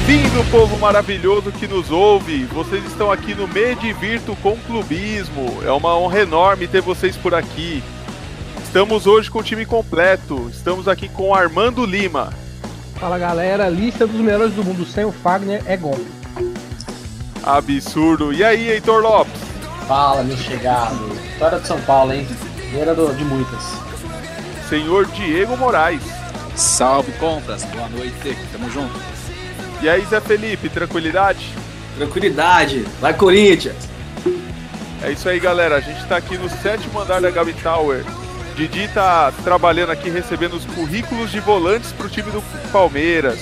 Bem-vindo, povo maravilhoso que nos ouve. Vocês estão aqui no Me Divirto com Clubismo. É uma honra enorme ter vocês por aqui. Estamos hoje com o time completo. Estamos aqui com Armando Lima. Fala, galera, lista dos melhores do mundo sem o Fagner é golpe. Absurdo. E aí, Heitor Lopes? Fala, meu chegado. Vitória de São Paulo, hein? Primeira de muitas. Senhor Diego Moraes. Salve, compras. Boa noite. Tamo junto. E aí, Zé Felipe, tranquilidade? Tranquilidade. Vai, Corinthians. É isso aí, galera. A gente tá aqui no 7º andar da Gabi Tower. Didi tá trabalhando aqui, recebendo os currículos de volantes pro time do Palmeiras.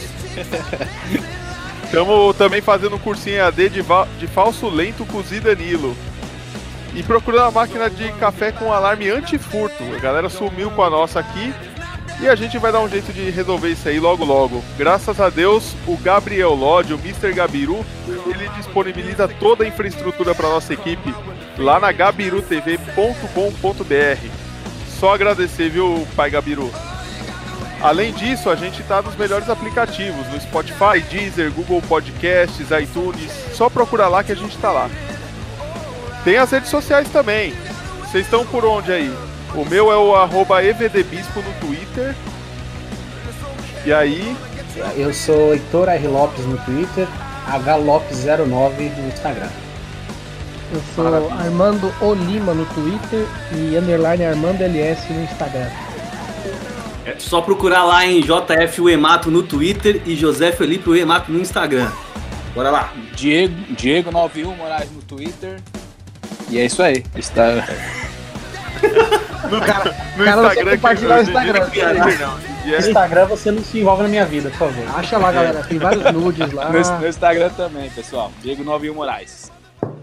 Estamos também fazendo um cursinho EAD de falso lento com o Zidanilo. E procurando a máquina de café com alarme anti-furto. A galera sumiu com a nossa aqui. E a gente vai dar um jeito de resolver isso aí logo logo. Graças a Deus, o Gabriel Lodge, o Mr. Gabiru, ele disponibiliza toda a infraestrutura para nossa equipe lá na gabirutv.com.br. Só agradecer, viu, pai Gabiru? Além disso, a gente tá nos melhores aplicativos, no Spotify, Deezer, Google Podcasts, iTunes. Só procurar lá que a gente tá lá. Tem as redes sociais também. Vocês estão por onde aí? O meu é o @evdbispo no Twitter. E aí? Eu sou Heitor R. Lopes no Twitter, HLopes09 no Instagram. Eu sou Armando Olima no Twitter e _ Armando LS no Instagram. É só procurar lá em JF Uemato no Twitter e José Felipe Uemato no Instagram. Bora lá. Diego 91 Moraes no Twitter. E é isso aí. Está... No Instagram, compartilhar o Instagram. Instagram você não se envolve na minha vida, por favor. Acha lá, galera. Tem vários nudes lá. No Instagram também, pessoal. Diego 91 Moraes.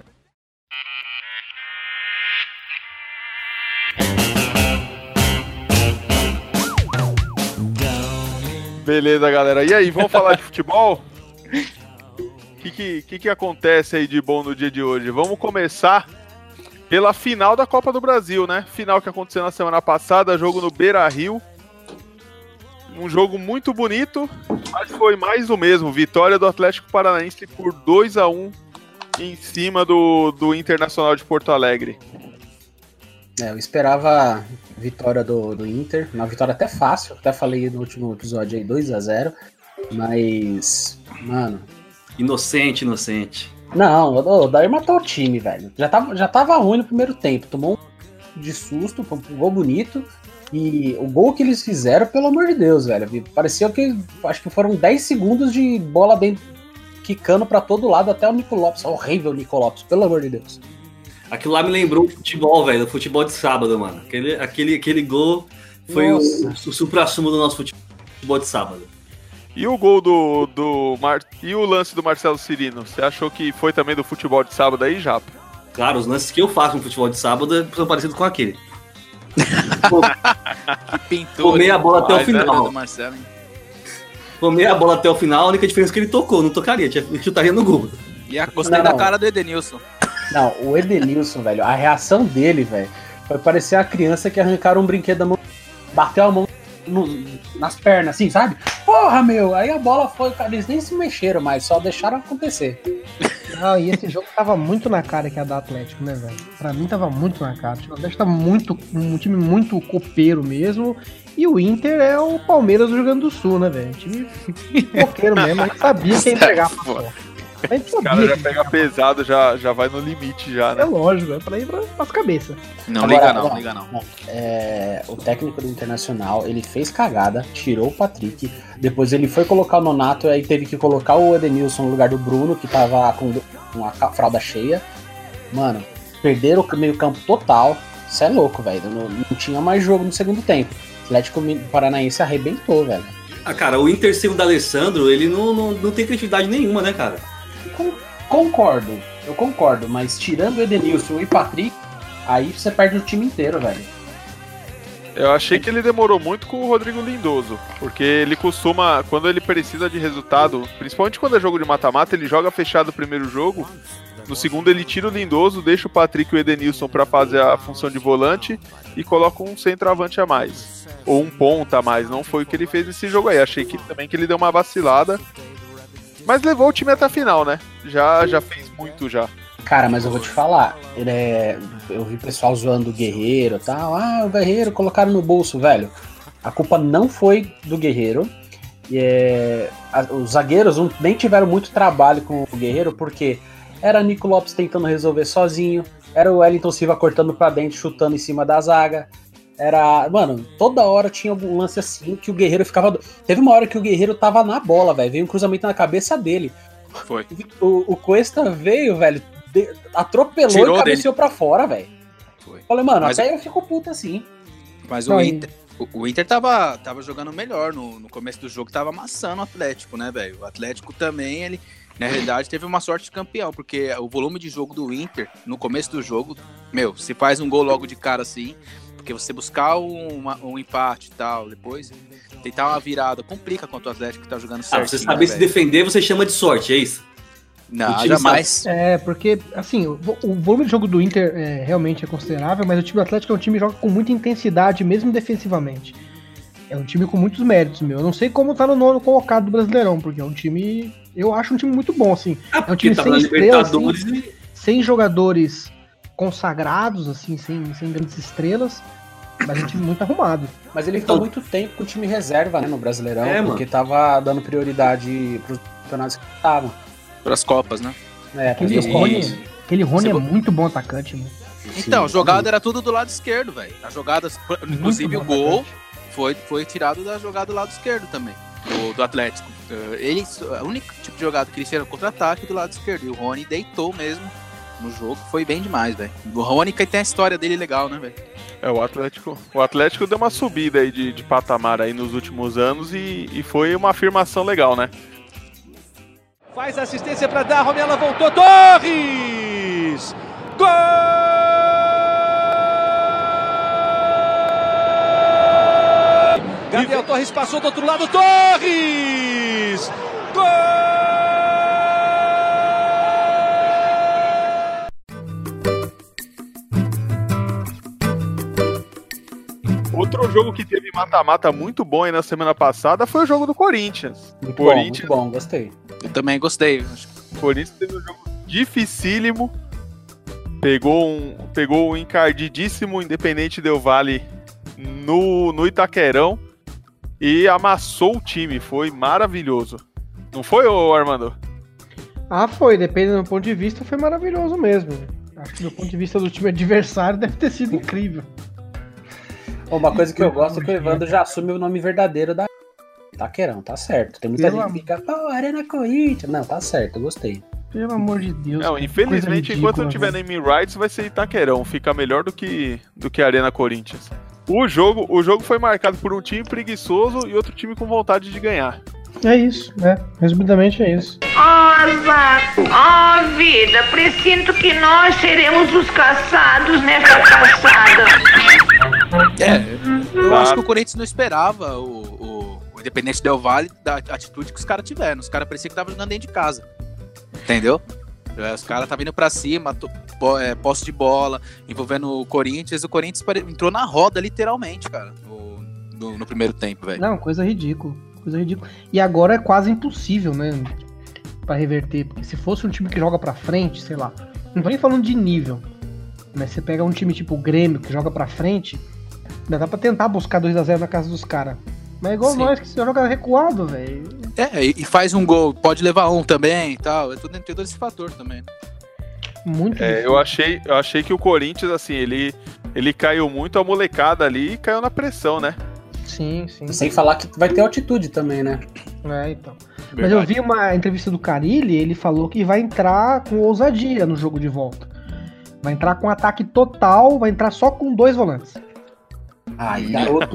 Beleza, galera. E aí, vamos falar de futebol? O que acontece aí de bom no dia de hoje? Vamos começar pela final da Copa do Brasil, né? Final que aconteceu na semana passada, jogo no Beira-Rio. Um jogo muito bonito, mas foi mais do mesmo. Vitória do Atlético Paranaense por 2-1 em cima do Internacional de Porto Alegre. Eu esperava vitória do Inter, uma vitória até fácil, até falei no último episódio aí, 2-0, mas, mano... Inocente. Não, o Dair matou o time, velho. Já tava ruim no primeiro tempo, tomou um de susto, um gol bonito, e o gol que eles fizeram, pelo amor de Deus, velho, parecia que, acho que foram 10 segundos de bola dentro, quicando pra todo lado, até o Nico Lopes, horrível o Nico Lopes, pelo amor de Deus. Aquilo lá me lembrou o futebol, velho, o futebol de sábado, mano. Aquele gol foi o supra-sumo do nosso futebol de sábado. E o gol e o lance do Marcelo Cirino? Você achou que foi também do futebol de sábado aí, Japa? Claro, os lances que eu faço no futebol de sábado são parecidos com aquele. Que pintura. Tomei a bola até o final. Do Marcelo, hein? Tomei a bola até o final, a única diferença é que ele tocou, não tocaria, chutaria no gol. E gostei da cara do Edenilson. Não, o Edenilson, velho, a reação dele, velho, foi parecer a criança que arrancaram um brinquedo da mão, bateu a mão nas pernas, assim, sabe? Porra, meu! Aí a bola foi, cara, eles nem se mexeram mais, só deixaram acontecer. Não, e esse jogo tava muito na cara que ia dar Atlético, né, velho? Pra mim tava muito na cara. O Atlético tava um time muito copeiro mesmo. E o Inter é o Palmeiras do Rio Grande do Sul, né, velho? Time copeiro mesmo, a gente sabia que ia entregar pra fora. O cara já pega pesado, já vai no limite já, né? É lógico, é pra ir pras cabeças. Não Agora, liga não. O técnico do Internacional, ele fez cagada, tirou o Patrick, depois ele foi colocar o Nonato, aí teve que colocar o Edenilson no lugar do Bruno, que tava com a fralda cheia. Mano, perderam o meio campo total, isso é louco, velho, não tinha mais jogo no segundo tempo. O Atlético Paranaense arrebentou, velho. Ah, cara, o Inter sem o D'Alessandro, ele não tem criatividade nenhuma, né, cara? Eu concordo, mas tirando o Edenilson e o Patrick, aí você perde o time inteiro, velho. Eu achei que ele demorou muito com o Rodrigo Lindoso, porque ele costuma, quando ele precisa de resultado, principalmente quando é jogo de mata-mata, ele joga fechado o primeiro jogo, no segundo ele tira o Lindoso, deixa o Patrick e o Edenilson pra fazer a função de volante e coloca um centroavante a mais, ou um ponta a mais. Não foi o que ele fez nesse jogo aí, achei que também que ele deu uma vacilada. Mas levou o time até a final, né? Já fez muito já. Cara, mas eu vou te falar, eu vi pessoal zoando o Guerreiro e tal. Ah, o Guerreiro colocaram no bolso, velho. A culpa não foi do Guerreiro. Os zagueiros nem tiveram muito trabalho com o Guerreiro, porque era Nico Lopes tentando resolver sozinho, era o Wellington Silva cortando pra dentro, chutando em cima da zaga. Mano, toda hora tinha algum lance assim que o Guerreiro ficava... Teve uma hora que o Guerreiro tava na bola, velho. Veio um cruzamento na cabeça dele. Foi. O Cuesta veio, velho, atropelou Tirou e cabeceou pra fora, velho. Falei, mano, Mas até eu fico puto assim. Mas Não, o Inter tava jogando melhor no começo do jogo, tava amassando o Atlético, né, velho? O Atlético também, ele, na realidade, teve uma sorte de campeão, porque o volume de jogo do Inter, no começo do jogo, se faz um gol logo de cara assim, porque você buscar um empate e tal, depois tentar uma virada, complica contra o Atlético que tá jogando certinho. Você saber se defender, você chama de sorte, é isso? Não, jamais. Porque, assim, o volume de jogo do Inter realmente é considerável, mas o time do Atlético é um time que joga com muita intensidade, mesmo defensivamente. É um time com muitos méritos, meu. Eu não sei como tá no 9º colocado do Brasileirão, porque é um time... Eu acho um time muito bom, assim. É um time sem estrelas, sem jogadores consagrados, assim, sem grandes estrelas, mas é um time muito arrumado. Mas ele ficou muito tempo com o time reserva, né, no Brasileirão, porque tava dando prioridade pros campeonatos que estavam. Pras Copas, né? Aquele Rony é muito bom atacante, né? Então, a jogada era tudo do lado esquerdo, velho. As jogadas, inclusive o gol foi tirado da jogada do lado esquerdo também, do Atlético. O único tipo de jogada que ele fez era contra-ataque do lado esquerdo. E o Rony deitou mesmo no jogo, foi bem demais, velho. O Rony que tem a história dele legal, né, velho? O Atlético deu uma subida aí de patamar aí nos últimos anos e foi uma afirmação legal, né? Faz assistência para dar, Romela voltou, Torres! Gol! Gabriel Torres passou do outro lado, Torres! Gol! Outro jogo que teve mata-mata muito bom aí na semana passada foi o jogo do Corinthians. Muito bom, gostei. Eu também gostei. O Corinthians teve um jogo dificílimo. Pegou um encardidíssimo Independente Del Valle no Itaquerão e amassou o time. Foi maravilhoso. Não foi, Armando? Foi. Dependendo do meu ponto de vista, foi maravilhoso mesmo. Acho que do ponto de vista do time adversário deve ter sido incrível. Uma coisa que eu gosto é que o Evandro já assume o nome verdadeiro da Itaquerão, tá certo. Tem muita gente que fica, Arena Corinthians. Não, tá certo, eu gostei. Pelo amor de Deus. Não, infelizmente, enquanto não tiver naming rights, vai ser Itaquerão. Fica melhor do que Arena Corinthians. O jogo foi marcado por um time preguiçoso e outro time com vontade de ganhar. É isso, né? Resumidamente é isso. Zaco, vida, presinto que nós seremos os caçados nessa caçada. Eu acho que o Corinthians não esperava o Independente Del Valle da atitude que os caras tiveram. Os caras pareciam que estavam jogando dentro de casa. Entendeu? Os caras estavam indo pra cima, posse de bola, envolvendo o Corinthians. O Corinthians entrou na roda, literalmente, cara, no primeiro tempo, velho. Não, coisa ridícula. E agora é quase impossível, né? Pra reverter. Porque se fosse um time que joga pra frente, sei lá. Não tô nem falando de nível. Mas você pega um time tipo o Grêmio que joga pra frente, ainda dá pra tentar buscar 2-0 na casa dos caras. Mas é igual nós que você joga recuado, velho. E faz um gol, pode levar um também e tal. Tem todo esse fator também. Muito difícil. Eu achei que o Corinthians, assim, ele caiu muito a molecada ali e caiu na pressão, né? Sim. Sem falar que vai ter altitude também, né? Então. Verdade. Mas eu vi uma entrevista do Carille, ele falou que vai entrar com ousadia no jogo de volta. Vai entrar com ataque total, vai entrar só com 2 volantes. Garoto.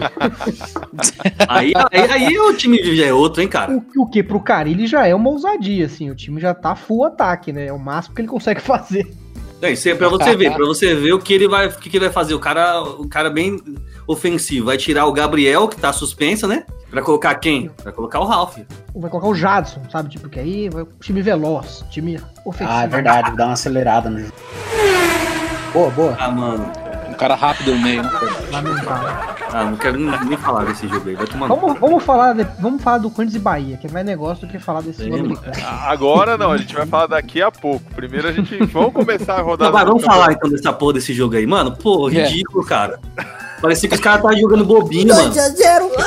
aí o time já é outro, hein, cara? O que pro Carille já é uma ousadia, assim. O time já tá full ataque, né? É o máximo que ele consegue fazer. Isso é pra você ver o que ele vai fazer. O cara bem ofensivo. Vai tirar o Gabriel, que tá suspenso, né? Pra colocar quem? Vai colocar o Ralf. Vai colocar o Jadson, sabe? Tipo, que aí vai time veloz, time ofensivo. É verdade, vou dar uma acelerada no jogo. Boa. Mano. Um cara rápido no meio, né? Lamentável. Ah, não quero nem falar desse jogo aí. Vai tomar. Vamos falar do Corinthians e Bahia, que é mais negócio do que falar desse sul-americano. Agora não, a gente vai falar daqui a pouco. Primeiro vamos começar a rodar. Vamos falar então dessa porra desse jogo aí, mano. Pô, ridículo, cara. Parecia que os caras estavam jogando bobinho, mano. 2-0.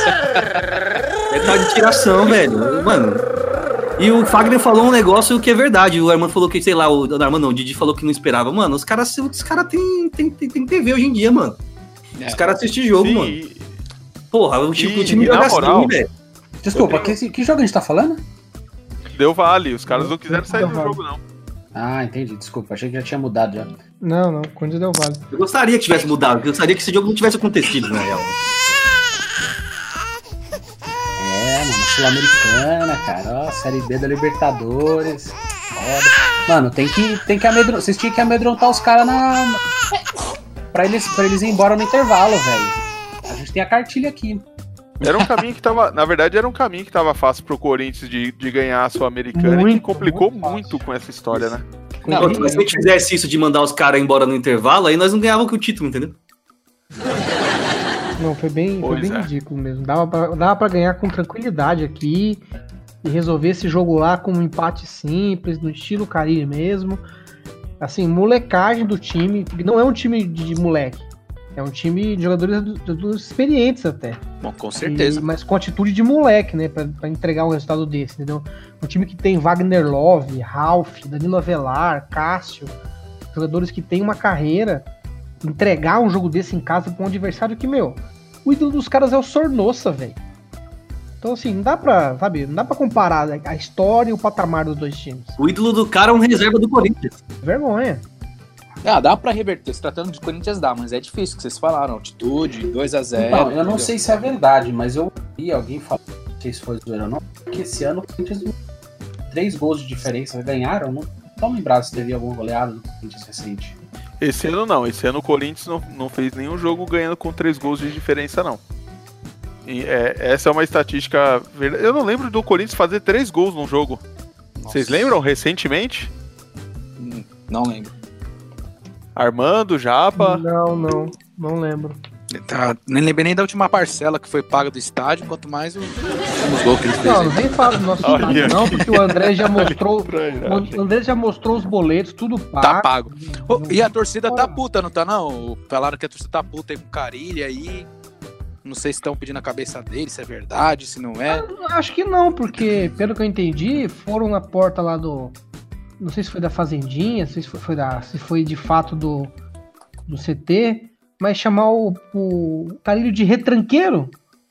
É tal de tiração, velho. Mano. E o Fagner falou um negócio que é verdade. O Armando falou que, sei lá, o Armando não, o Didi falou que não esperava. Mano, os caras têm TV hoje em dia, mano. Os caras assistem jogo, mano. Porra, o time joga assim, velho. Desculpa, que jogo a gente tá falando? Deu Vale, os caras não quiseram sair do jogo, não. Ah, entendi, desculpa, achei que já tinha mudado já. Não, Corinthians deu Vale. Eu gostaria que tivesse mudado, eu gostaria que esse jogo não tivesse acontecido, na real. Mano, Sul-Americana, cara, ó, Série B da Libertadores. Foda. Mano, tem que amedrontar, vocês tinham que amedrontar os caras pra eles ir embora no intervalo, velho. A gente tem a cartilha aqui. Era um caminho que tava. Na verdade, era um caminho que tava fácil pro Corinthians de ganhar a Sul-Americana e que complicou muito com essa história, né? Não, se a gente fizesse isso de mandar os caras embora no intervalo, aí nós não ganhávamos com o título, entendeu? Não, foi bem ridículo mesmo. Dava pra ganhar com tranquilidade aqui e resolver esse jogo lá com um empate simples, no estilo Carille mesmo. Assim, molecagem do time, porque não é um time de moleque. É um time de jogadores experientes até. Bom, com certeza. Mas com atitude de moleque, né? Pra entregar um resultado desse, entendeu? Um time que tem Wagner Love, Ralf, Danilo Avelar, Cássio. Jogadores que têm uma carreira. Entregar um jogo desse em casa pra um adversário que, o ídolo dos caras é o Sornosa, velho. Então, assim, não dá pra comparar a história e o patamar dos dois times. O ídolo do cara é um reserva do Corinthians. Vergonha. Dá pra reverter. Se tratando de Corinthians dá, mas é difícil, que vocês falaram. Altitude, 2-0. Não, eu não sei se é verdade, mas eu ouvi alguém falar, não sei se foi zoeira ou não, que esse ano o Corinthians 3 gols de diferença ganharam. Não tô lembrado se teve alguma goleada do Corinthians recente. Esse ano não. Esse ano o Corinthians não fez nenhum jogo ganhando com 3 gols de diferença, não. E, essa é uma estatística verdade. Eu não lembro do Corinthians fazer 3 gols num jogo. Nossa. Vocês lembram recentemente? Não lembro. Armando, Japa? Não lembro. Nem lembrei nem da última parcela que foi paga do estádio, quanto mais os gols que eles fizeram. Não nem falo do nosso estádio, não, porque o André já mostrou. O André já mostrou os boletos, tudo pago. Tá pago. E a torcida tá puta, não tá não? Falaram que a torcida tá puta aí com o Carille aí. Não sei se estão pedindo a cabeça dele, se é verdade, se não é. Acho que não, porque, pelo que eu entendi, foram na porta lá do. Não sei se foi da Fazendinha, não sei se foi de fato do CT, mas chamar o Carille de retranqueiro?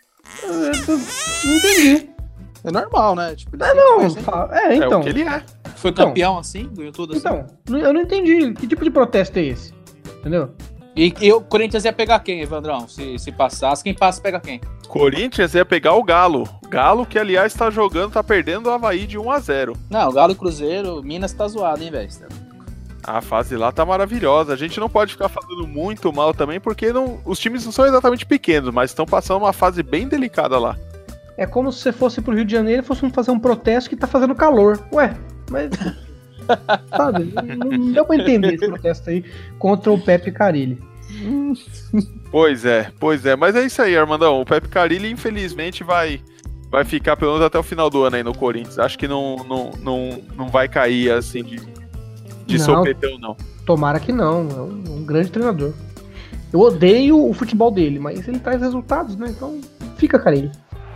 Não entendi. É normal, né? Tipo, então. É o que ele é. Foi campeão assim, ganhou tudo assim. Então, eu não entendi. Que tipo de protesto é esse? Entendeu? E o Corinthians ia pegar quem, Evandrão? Se passasse, quem passa pega quem? Corinthians ia pegar o Galo. Galo que, aliás, tá perdendo o Avaí de 1-0. Não, o Galo e Cruzeiro, Minas tá zoado, hein, velho? A fase lá tá maravilhosa. A gente não pode ficar falando muito mal também, porque os times não são exatamente pequenos, mas estão passando uma fase bem delicada lá. É como se você fosse pro Rio de Janeiro e fosse fazer um protesto que tá fazendo calor. Ué, mas... Sabe, não deu pra entender esse protesto aí contra o Pepe Carille. Pois é, mas é isso aí, Armandão. O Pepe Carille, infelizmente, vai ficar pelo menos até o final do ano aí no Corinthians. Acho que não vai cair assim de sopetão, não. Tomara que não, é um grande treinador. Eu odeio o futebol dele, mas ele traz resultados, né? Então fica, Carille.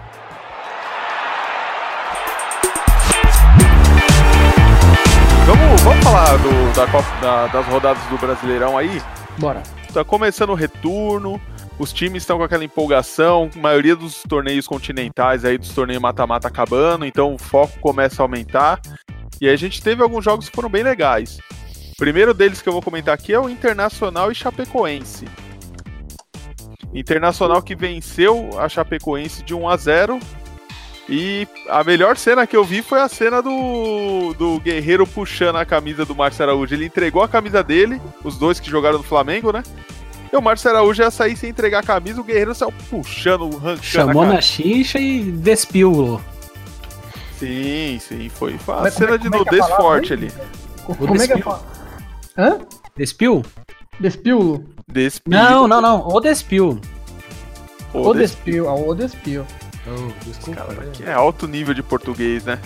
Vamos falar das rodadas do Brasileirão aí? Bora. Tá começando o retorno, os times estão com aquela empolgação, a maioria dos torneios continentais aí, dos torneios mata-mata acabando, então o foco começa a aumentar. E aí a gente teve alguns jogos que foram bem legais. O primeiro deles que eu vou comentar aqui é o Internacional e Chapecoense. Internacional que venceu a Chapecoense de 1-0. E a melhor cena que eu vi foi a cena do Guerreiro puxando a camisa do Márcio Araújo. Ele entregou a camisa dele, os dois que jogaram no Flamengo, né? E o Márcio Araújo ia sair sem entregar a camisa, o Guerreiro saiu puxando, arrancando. Chamou na xixa e despiu. Sim, foi a cena de nudez forte ali. Como é que é a Hã? Despiu? Despiu? Não, o despiu. Odespiel, a Odespiel. Desculpa, cara, que é alto nível de português, né?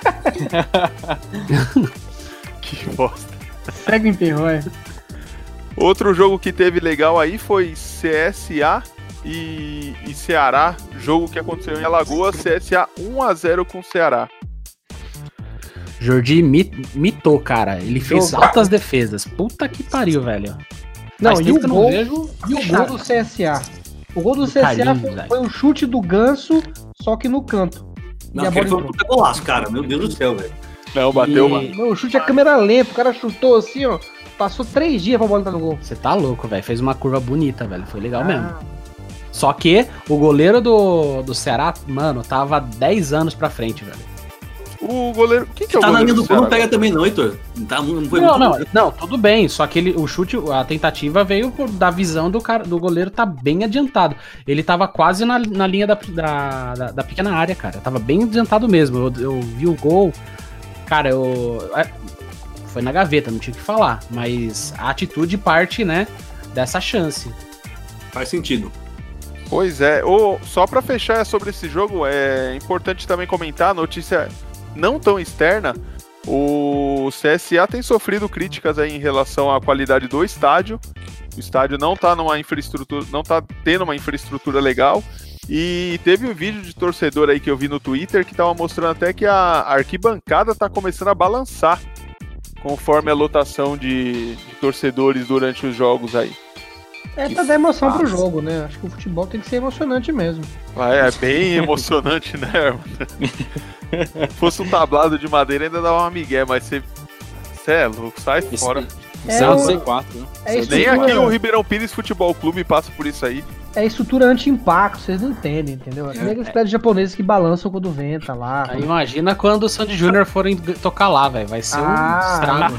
Que bosta. Segue o enterro, é. Outro jogo que teve legal aí foi CSA e Ceará, jogo que aconteceu em Alagoas, CSA 1-0 com o Ceará. Jordi mitou, cara. Ele fez altas defesas. Puta que pariu, velho. Não, Faz e o tempo que eu gol, vejo. e o gol do CSA? O gol do CSA carinho, foi um chute do Ganso, só que no canto. Não, e a aquele bola foi um entrou. puta golaço, cara. Meu Deus do céu, velho. Não, bateu, mano. Não, o chute é câmera lenta, o cara chutou assim, ó. Passou 3 dias pra bola entrar no gol. Você tá louco, velho. Fez uma curva bonita, velho. Foi legal mesmo. Só que o goleiro do Ceará, mano, tava 10 anos pra frente, velho. O goleiro. Quem que é o Tá na goleiro linha do gol, não Ceará? pega também, não, Heitor. Não foi Não, tudo bem. Só que o chute, a tentativa veio da visão do goleiro tá bem adiantado. Ele tava quase na linha da pequena área, cara. Tava bem adiantado mesmo. Eu vi o gol, cara, foi na gaveta, não tinha o que falar. Mas a atitude parte, né, dessa chance. Faz sentido. Pois é. Só pra fechar sobre esse jogo, é importante também comentar a notícia não tão externa. O CSA tem sofrido críticas aí em relação à qualidade do estádio. O estádio não tá tendo uma infraestrutura legal. E teve um vídeo de torcedor aí que eu vi no Twitter que tava mostrando até que a arquibancada tá começando a balançar conforme a lotação de torcedores durante os jogos aí. Pra dar emoção pro jogo, né? Acho que o futebol tem que ser emocionante mesmo. É bem emocionante, né? Se fosse um tablado de madeira ainda dava uma migué, mas você é louco, sai fora. Isso é um C4, né? Nem aqui o Ribeirão Pires Futebol Clube passa por isso aí. É estrutura anti-impacto, vocês não entendem, entendeu? É que nem aqueles prédios japoneses que balançam quando venta lá. Aí imagina quando o Sandy Júnior forem tocar lá, velho. Vai ser um estrago.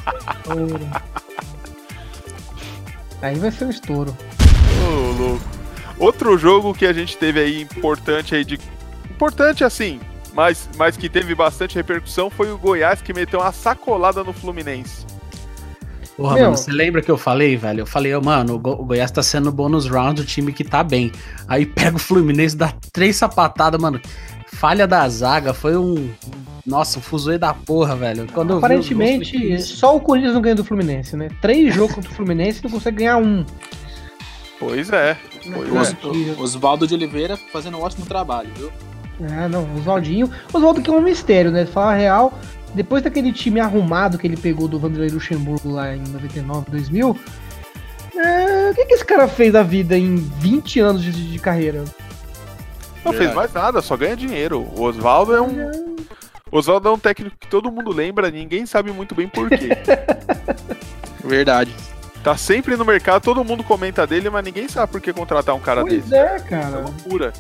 Aí vai ser um estouro. Ô, louco. Outro jogo que a gente teve aí importante aí importante assim, mas que teve bastante repercussão foi o Goiás, que meteu uma sacolada no Fluminense. Porra, mano, você lembra que eu falei, velho? Eu falei, mano, o Goiás tá sendo o bônus round do time que tá bem. Aí pega o Fluminense, dá 3 sapatadas, mano. Falha da zaga, foi um... Nossa, um fuzuê da porra, velho. Quando aparentemente, só o Corinthians não ganha do Fluminense, né? 3 jogos contra o Fluminense e não consegue ganhar 1. Pois é. Oswaldo de Oliveira fazendo um ótimo trabalho, viu? Não, Oswaldo que é um mistério, né? Falar a real, depois daquele time arrumado que ele pegou do Vanderlei Luxemburgo lá em 99, 2000, o que esse cara fez da vida em 20 anos de carreira? Não fez mais nada, só ganha dinheiro. O Oswaldo é um técnico que todo mundo lembra, ninguém sabe muito bem por quê. Verdade. Tá sempre no mercado, todo mundo comenta dele, mas ninguém sabe por que contratar um cara desse. Pois é, cara. É loucura.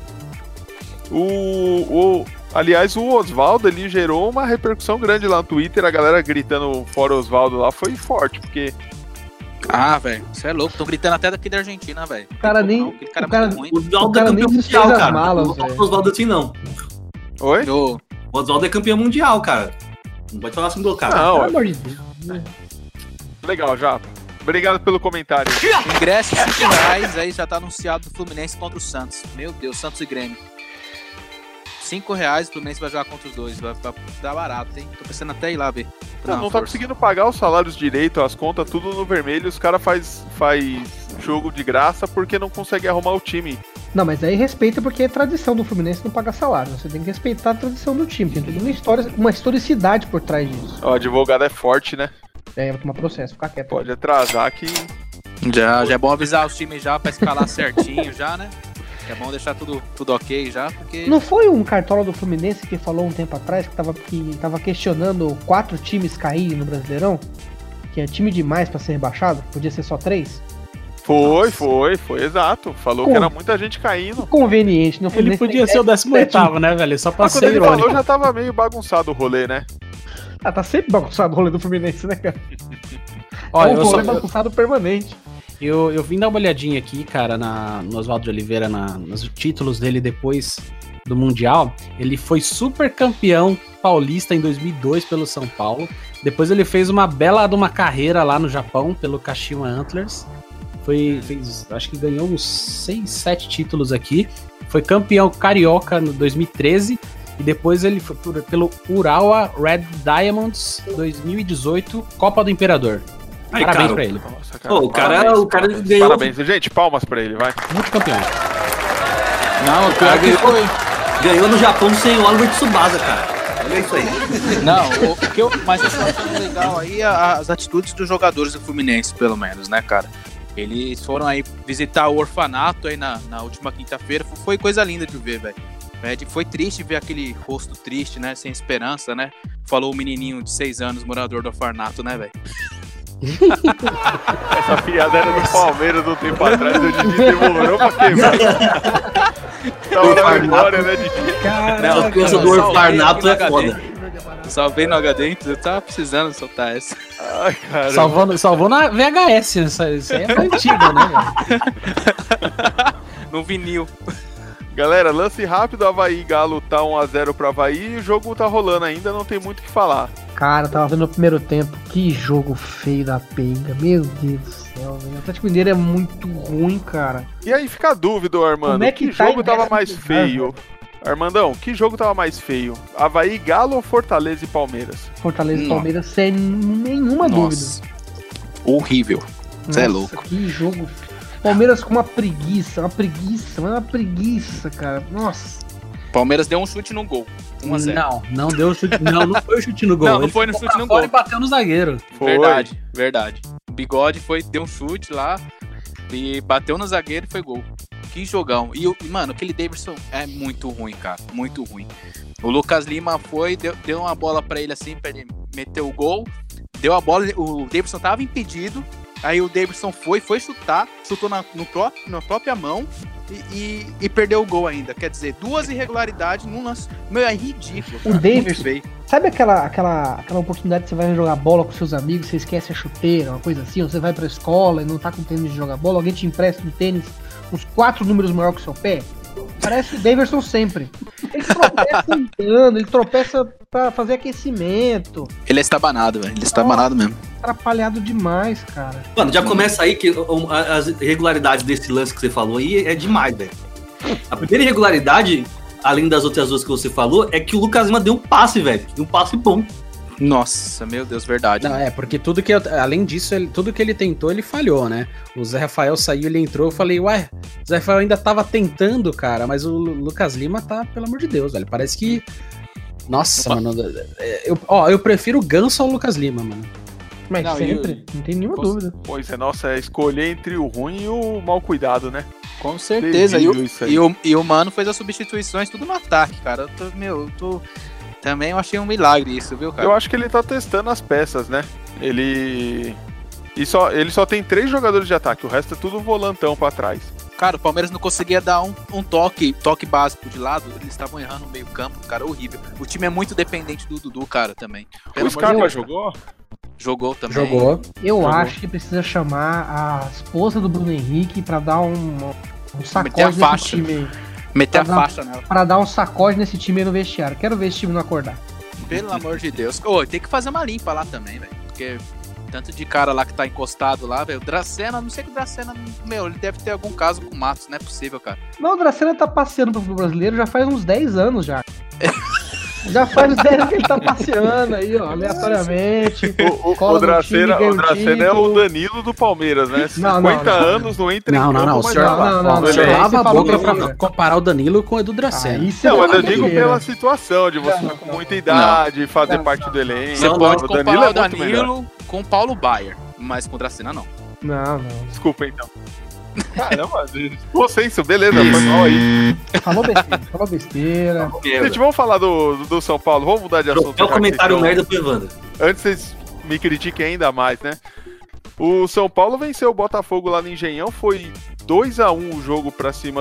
Aliás, o Oswaldo, ele gerou uma repercussão grande lá no Twitter, a galera gritando fora Oswaldo lá, foi forte, porque... Velho, você é louco, tô gritando até daqui da Argentina, velho. O cara nem... O Oswaldo é campeão mundial, cara. Não o Oswaldo assim, não. Oi? O Oswaldo é campeão mundial, cara. Não pode falar assim do cara. Não, pelo amor de Deus. Legal, já. Obrigado pelo comentário. Ingresso R$5, aí já tá anunciado do Fluminense contra o Santos. Meu Deus, Santos e Grêmio. R$5, o Fluminense vai jogar contra os dois. Vai dar barato, hein? Tô pensando até ir lá ver. Não tá conseguindo pagar os salários direito, as contas, tudo no vermelho. Os caras faz jogo de graça porque não consegue arrumar o time. Não, mas aí respeita porque é tradição do Fluminense não pagar salário. Você tem que respeitar a tradição do time. Tem toda uma historicidade por trás disso. O advogado é forte, né? Vai tomar processo, ficar quieto. Pode atrasar que... Já é bom avisar os times já pra escalar certinho já, né? É bom deixar tudo ok já, porque... Não foi um cartola do Fluminense que falou um tempo atrás que tava questionando 4 times caírem no Brasileirão? Que é time demais pra ser rebaixado? Podia ser só 3? Foi, exato. Falou que era muita gente caindo. Conveniente. No ele podia ser o 18º, né, velho? Só pra ser irônico. Quando ele falou, já tava meio bagunçado o rolê, né? Tá sempre bagunçado o rolê do Fluminense, né, cara? Olha, é um rolê bagunçado permanente. Eu vim dar uma olhadinha aqui, cara, no Oswaldo de Oliveira, nos títulos dele depois do Mundial. Ele foi super campeão paulista em 2002 pelo São Paulo. Depois ele fez uma bela de uma carreira lá no Japão, pelo Kashima Antlers. acho que ganhou uns 6, 7 títulos aqui. Foi campeão carioca no 2013 e depois ele foi pelo Urawa Red Diamonds 2018, Copa do Imperador. Parabéns pra ele. Nossa, Pô, o cara ganhou. Parabéns, gente, palmas pra ele, vai. Multicampeão. Não, o cara Ganhou no Japão sem o Oliver Tsubasa, cara. Olha isso aí. Não, mas eu tô achando legal aí as atitudes dos jogadores do Fluminense, pelo menos, né, cara? Eles foram aí visitar o orfanato aí na última quinta-feira. Foi coisa linda de ver, velho. Foi triste ver aquele rosto triste, né? Sem esperança, né? Falou o menininho de 6 anos, morador do orfanato, né, velho? Essa piada era do Palmeiras um tempo atrás, o Didi demorou pra quebrar. Tava na memória, né, Didi? A criança do orfanato é foda. Salvei no HD, então eu tava precisando soltar essa. Ai, cara. Salvou na VHS, isso aí é antiga, né, velho? No vinil. Galera, lance rápido, Avaí e Galo tá 1-0 pro Avaí e o jogo tá rolando ainda, não tem muito o que falar. Cara, tava vendo o primeiro tempo, que jogo feio da peiga, meu Deus do céu, velho. O Atlético Mineiro é muito ruim, cara. E aí fica a dúvida, Armando, Como é que tá jogo tava mais esse feio? Armandão, que jogo tava mais feio? Avaí, Galo ou Fortaleza e Palmeiras? Fortaleza e Palmeiras, sem nenhuma dúvida. Horrível. Você é Nossa, louco. Que jogo. Palmeiras com uma preguiça, cara. Nossa. Palmeiras deu um chute no gol. 1-0. Não deu chute. Não foi chute no gol. Não Ele foi no ficou chute pra no fora gol. E bateu no zagueiro. Foi. Verdade. O Bigode deu um chute lá e bateu no zagueiro e foi gol. Que jogão. Mano, aquele Davidson é muito ruim, cara. Muito ruim. O Lucas Lima deu uma bola pra ele assim, pra ele meter o gol. Deu a bola, o Davidson tava impedido. Aí o Davidson foi chutar, chutou na própria mão e perdeu o gol ainda. Quer dizer, 2 irregularidades num lance. Meu, é ridículo. O Davidson, sabe aquela oportunidade que você vai jogar bola com seus amigos, você esquece a chuteira, uma coisa assim, ou você vai pra escola e não tá com tênis de jogar bola, alguém te empresta um tênis uns 4 números maior que o seu pé? Parece o Davidson sempre. Ele tropeça andando, ele tropeça pra fazer aquecimento. Ele é estabanado, velho. Ele é estabanado mesmo. Atrapalhado demais, cara. Mano, já começa aí que as irregularidades desse lance que você falou aí é demais, velho. A primeira irregularidade, além das outras duas que você falou, é que o Lucas Lima deu um passe, velho. Um passe bom. Nossa, meu Deus, verdade. Não, porque além disso, tudo que ele tentou, ele falhou, né? O Zé Rafael saiu, ele entrou, eu falei, ué, o Zé Rafael ainda tava tentando, cara, mas o Lucas Lima tá, pelo amor de Deus, velho, parece que... Nossa, mano, eu prefiro o Ganso ao Lucas Lima, mano. Mas não, sempre, não tem nenhuma dúvida. Pois é, nossa, é escolher entre o ruim e o mal cuidado, né? Com certeza, e o Mano fez as substituições tudo no ataque, cara. Também eu achei um milagre isso, viu, cara? Eu acho que ele tá testando as peças, né? Ele só tem 3 jogadores de ataque, o resto é tudo volantão pra trás. Cara, o Palmeiras não conseguia dar um toque básico de lado, eles estavam errando no meio campo, cara, horrível. O time é muito dependente do Dudu, cara, também. O Scarpa jogou? Jogou também. Jogou. Eu acho que precisa chamar a esposa do Bruno Henrique pra dar um sacode nesse time aí. Meter a faixa nela. Pra dar um sacode nesse time aí no vestiário. Quero ver esse time não acordar. Pelo amor de Deus. Tem que fazer uma limpa lá também, velho. Porque tanto de cara lá que tá encostado lá, velho. O Dracena, não sei que o Dracena, ele deve ter algum caso com o Matos, não é possível, cara. Não, o Dracena tá passeando pro futebol brasileiro já faz uns 10 anos já. Já faz uns 10 anos que ele tá passeando aí, ó, aleatoriamente. O Dracena é o Danilo do Palmeiras, né? 50 anos não entra em campo. Não, o senhor lava a boca pra comparar o Danilo com o Edu Dracena. Não, mas eu digo pela situação de você com muita idade, fazer parte do elenco. Você pode comparar o Danilo com o Paulo Baier, mas com o Dracena não. Não. Desculpa, então. Caramba, consenso, beleza, foi mal aí. Falou besteira. Gente, vamos falar do São Paulo, vamos mudar de assunto. É o comentário merda pro Evandro. Antes vocês me critiquem ainda mais, né? O São Paulo venceu o Botafogo lá no Engenhão, foi 2-1 o jogo pra cima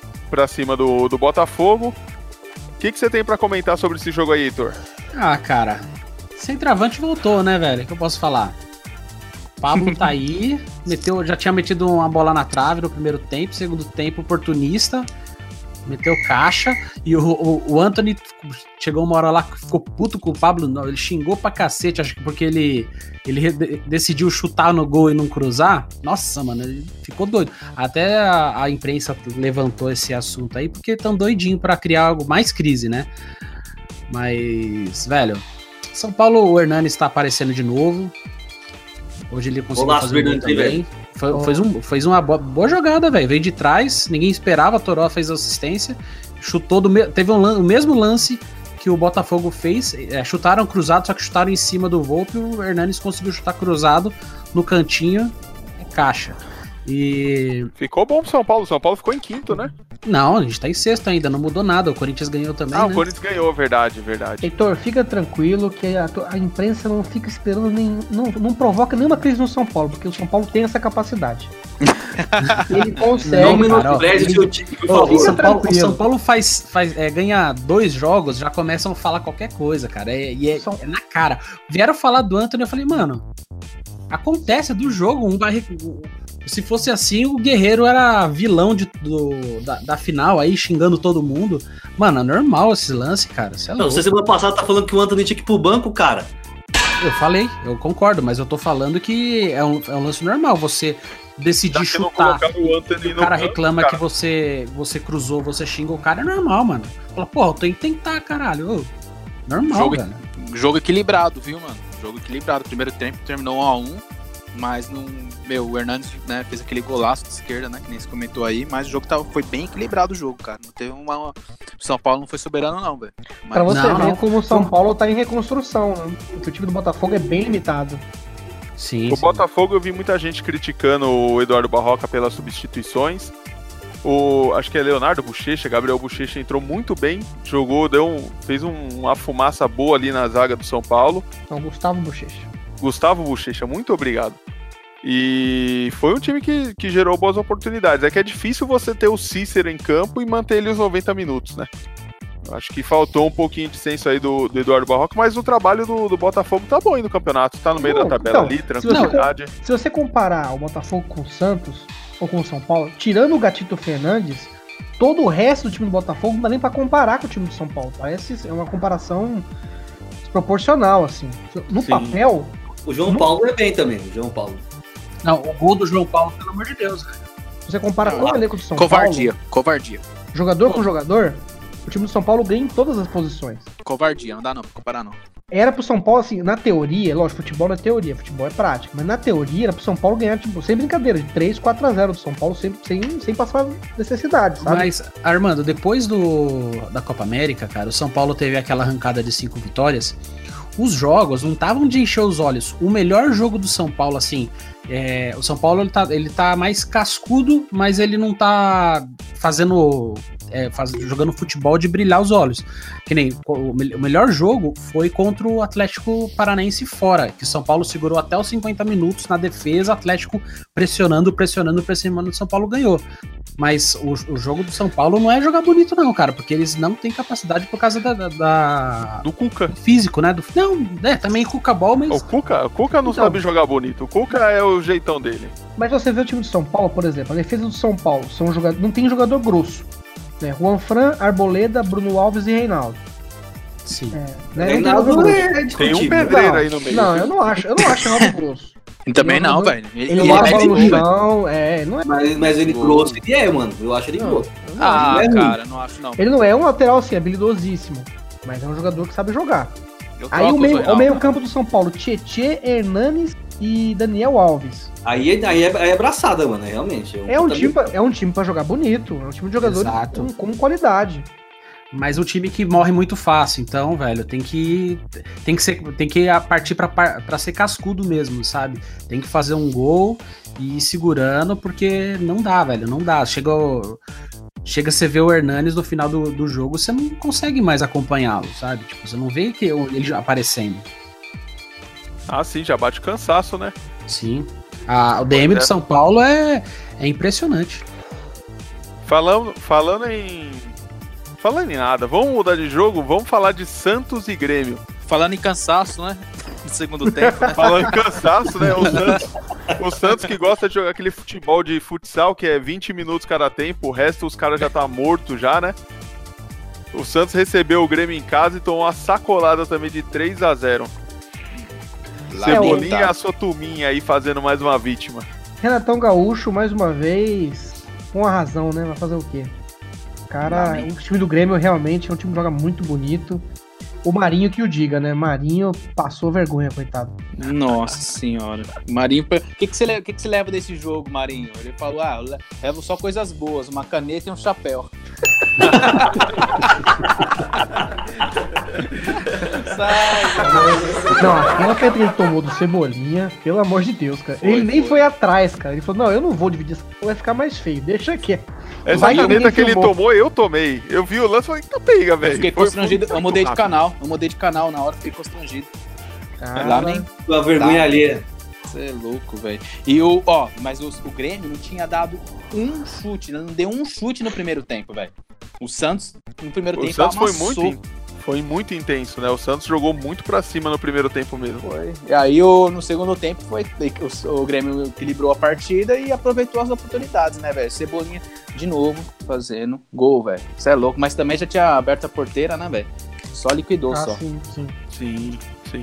do Botafogo. O que você tem pra comentar sobre esse jogo aí, Heitor? Ah, cara, centroavante voltou, né, velho? O que eu posso falar? Pablo tá aí, já tinha metido uma bola na trave no primeiro tempo, segundo tempo oportunista. meteu caixa, e o Anthony chegou uma hora lá que ficou puto com o Pablo, não, ele xingou pra cacete, acho que porque ele decidiu chutar no gol e não cruzar. Nossa, mano, ele ficou doido. Até a imprensa levantou esse assunto aí, porque tão doidinho pra criar algo mais crise, né? Mas, velho, São Paulo, o Hernanes tá aparecendo de novo. Hoje ele conseguiu fazer um gol também. Fez uma boa jogada, velho. Veio de trás, ninguém esperava, a Toró fez assistência, chutou teve o mesmo lance que o Botafogo fez, chutaram cruzado, só que chutaram em cima do Volpe, o Hernanes conseguiu chutar cruzado no cantinho, caixa. E... ficou bom pro São Paulo, o São Paulo ficou em quinto, né? Não, a gente tá em sexto ainda, não mudou nada, o Corinthians ganhou também, né? O Corinthians ganhou, verdade. Heitor, fica tranquilo que a imprensa não fica esperando, não provoca nenhuma crise no São Paulo, porque o São Paulo tem essa capacidade. Ele consegue, o São Paulo ganha 2 jogos, já começam a falar qualquer coisa, cara, é na cara. Vieram falar do Anthony, eu falei, mano, acontece do jogo, se fosse assim, o Guerreiro era vilão da final aí, xingando todo mundo. Mano, é normal esse lance, cara. Você semana passada tá falando que o Anthony tinha que ir pro banco, cara. Eu falei, eu concordo, mas eu tô falando que é um lance normal. Você decidir chutar, o cara reclama que você cruzou, você xinga o cara, é normal, mano. Fala, pô, eu tenho que tentar, caralho. Normal, velho. Jogo equilibrado, viu, mano? Jogo equilibrado. Primeiro tempo terminou 1-1, mas não... o Hernanes, né, fez aquele golaço de esquerda, né, que nem se comentou aí, mas o jogo foi bem equilibrado o jogo, cara. Não teve o São Paulo não foi soberano não, velho. Pra você ver como o São Paulo tá em reconstrução, né? O time do Botafogo é bem limitado. Sim. Botafogo, eu vi muita gente criticando o Eduardo Barroca pelas substituições. Acho que é Leonardo Bochecha, Gabriel Bochecha entrou muito bem, jogou, fez uma fumaça boa ali na zaga do São Paulo. Então, Gustavo Bochecha, muito obrigado. E foi um time que gerou boas oportunidades. É que é difícil você ter o Cícero em campo e manter ele os 90 minutos, né? Acho que faltou um pouquinho de senso aí do Eduardo Barroca, mas o trabalho do Botafogo tá bom aí no campeonato, tá no meio da tabela ali, tranquilidade. Se você comparar o Botafogo com o Santos ou com o São Paulo, tirando o Gatito Fernandes, todo o resto do time do Botafogo não dá nem pra comparar com o time do São Paulo. Parece uma comparação desproporcional, assim. No papel... O João Paulo é bem também, o João Paulo. Não, o gol do João Paulo, pelo amor de Deus, velho. Você compara com o elenco do São Paulo... Covardia. Jogador com jogador, o time do São Paulo ganha em todas as posições. Covardia, não dá não pra comparar não. Era pro São Paulo, assim, na teoria, lógico, futebol não é teoria, futebol é prática, mas na teoria era pro São Paulo ganhar, tipo, sem brincadeira, de 3-4-0 do São Paulo, sem passar necessidade, sabe? Mas, Armando, depois da Copa América, cara, o São Paulo teve aquela arrancada de 5 vitórias, os jogos não estavam de encher os olhos. O melhor jogo do São Paulo, assim, o São Paulo ele tá mais cascudo, mas ele não tá jogando futebol de brilhar os olhos. Que nem o melhor jogo foi contra o Atlético Paranaense fora, que São Paulo segurou até os 50 minutos na defesa, Atlético pressionando, o São Paulo ganhou. Mas o jogo do São Paulo não é jogar bonito não, cara, porque eles não têm capacidade por causa do Cuca. Físico, né? Também Cuca Ball, mas... O Cuca não sabe jogar bonito, o Cuca é o jeitão dele. Mas você vê o time do São Paulo, por exemplo, a defesa do São Paulo não tem jogador grosso, né? Juan Fran, Arboleda, Bruno Alves e Reinaldo. Sim. Tem um pedreiro aí no meio. Não, eu não acho Reinaldo grosso. Também não, velho. Ele leva no chão, não é. Mas ele grosso ele é, mano. Eu acho ele grosso. Cara, não acho não. Ele não é um lateral assim, habilidosíssimo, mas é um jogador que sabe jogar. Aí o meio campo do São Paulo, Tietê, Hernanes e Daniel Alves. Aí é abraçada, mano, realmente. É um time pra jogar bonito, é um time de jogadores com qualidade. Mas um time que morre muito fácil, então, velho, tem que partir pra ser cascudo mesmo, sabe? Tem que fazer um gol e ir segurando, porque não dá, velho, não dá. Chega você ver o Hernanes no final do jogo, você não consegue mais acompanhá-lo, sabe? Tipo, você não vê ele aparecendo. Ah, sim, já bate cansaço, né? Sim. O DM do São Paulo é impressionante. Falando em nada, vamos mudar de jogo, vamos falar de Santos e Grêmio. Falando em cansaço, né? no segundo tempo, né? Falando em cansaço, né? O Santos que gosta de jogar aquele futebol de futsal que é 20 minutos cada tempo, o resto os caras já tá morto já, né? O Santos recebeu o Grêmio em casa e tomou uma sacolada também de 3-0. Cebolinha e a sua turminha aí fazendo mais uma vítima. Renatão Gaúcho, mais uma vez, com a razão, né? Vai fazer o quê? Cara, o time do Grêmio realmente é um time que joga muito bonito. O Marinho que o diga, né? Marinho passou vergonha, coitado. Nossa senhora. Marinho, o que você leva desse jogo, Marinho? Ele falou, eu levo só coisas boas, uma caneta e um chapéu. Não, aquela pedra que ele tomou do Cebolinha, pelo amor de Deus, cara. Ele nem foi atrás, cara. Ele falou, não, eu não vou dividir essa, vai ficar mais feio, deixa aqui. Essa caneta que ele tomou, eu tomei. Eu vi o lance e falei, tá pega, velho. Fiquei constrangido, eu mudei de canal na hora, fiquei constrangido. Lá nem... Uma vergonha alheia. Você é louco, velho. E mas o Grêmio não tinha dado um chute, não deu um chute no primeiro tempo, velho. O Santos, no primeiro tempo, Santos amassou. Foi muito intenso, né? O Santos jogou muito pra cima no primeiro tempo mesmo. Foi. E aí, no segundo tempo, o Grêmio equilibrou a partida e aproveitou as oportunidades, né, velho? Cebolinha, de novo, fazendo gol, velho. Você é louco. Mas também já tinha aberto a porteira, né, velho? Só liquidou, só. Sim.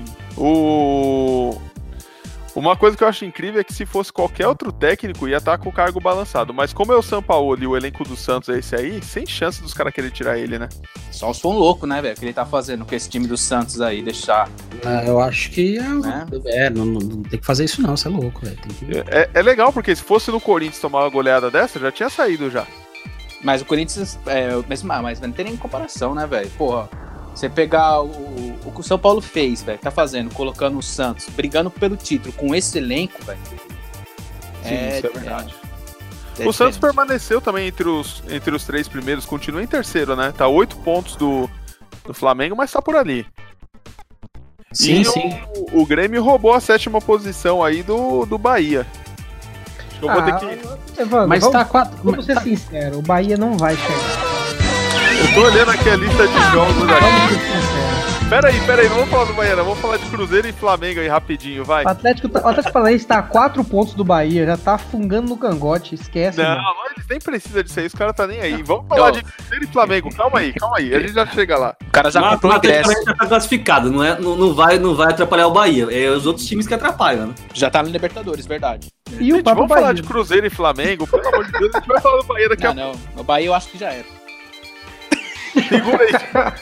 Uma coisa que eu acho incrível é que se fosse qualquer outro técnico, ia estar com o cargo balançado. Mas como é o Sampaoli e o elenco do Santos é esse aí, sem chance dos caras querer tirar ele, né? Só se for um louco, né, velho? O que ele tá fazendo com esse time do Santos aí, deixar... Eu acho que né? Não tem que fazer isso não, você é louco, velho. É legal, porque se fosse no Corinthians tomar uma goleada dessa, já tinha saído já. Mas o Corinthians, mas não tem nem comparação, né, velho? Porra, você pegar o que o São Paulo fez, velho, tá fazendo, colocando o Santos, brigando pelo título com esse elenco, velho. Sim, isso é verdade. O Santos permaneceu também entre os 3 primeiros, continua em terceiro, né? Tá 8 pontos do Flamengo, mas tá por ali. Sim. O Grêmio roubou a 7ª posição aí do Bahia. Acho que eu vou ter que... Evandro, mas tá 4... Vamos ser sinceros, o Bahia não vai chegar. Eu tô olhando aqui a lista de jogos aqui. Peraí, não vamos falar do Bahia, não. Vamos falar de Cruzeiro e Flamengo aí rapidinho, vai. O Atlético Paranaense tá a 4 pontos do Bahia, já tá fungando no cangote, esquece. Não, eles nem precisam disso aí, os caras tá nem aí. Vamos falar de Cruzeiro e Flamengo, calma aí, a gente já chega lá. O cara já comprou o ingresso. Já tá classificado, não vai atrapalhar o Bahia, é os outros times que atrapalham, né? Já tá no Libertadores, verdade. E o vamos Bahia. Falar de Cruzeiro e Flamengo, pelo amor de Deus, a gente vai falar do Bahia daqui a pouco. Não, o Bahia eu acho que já era. Segura aí.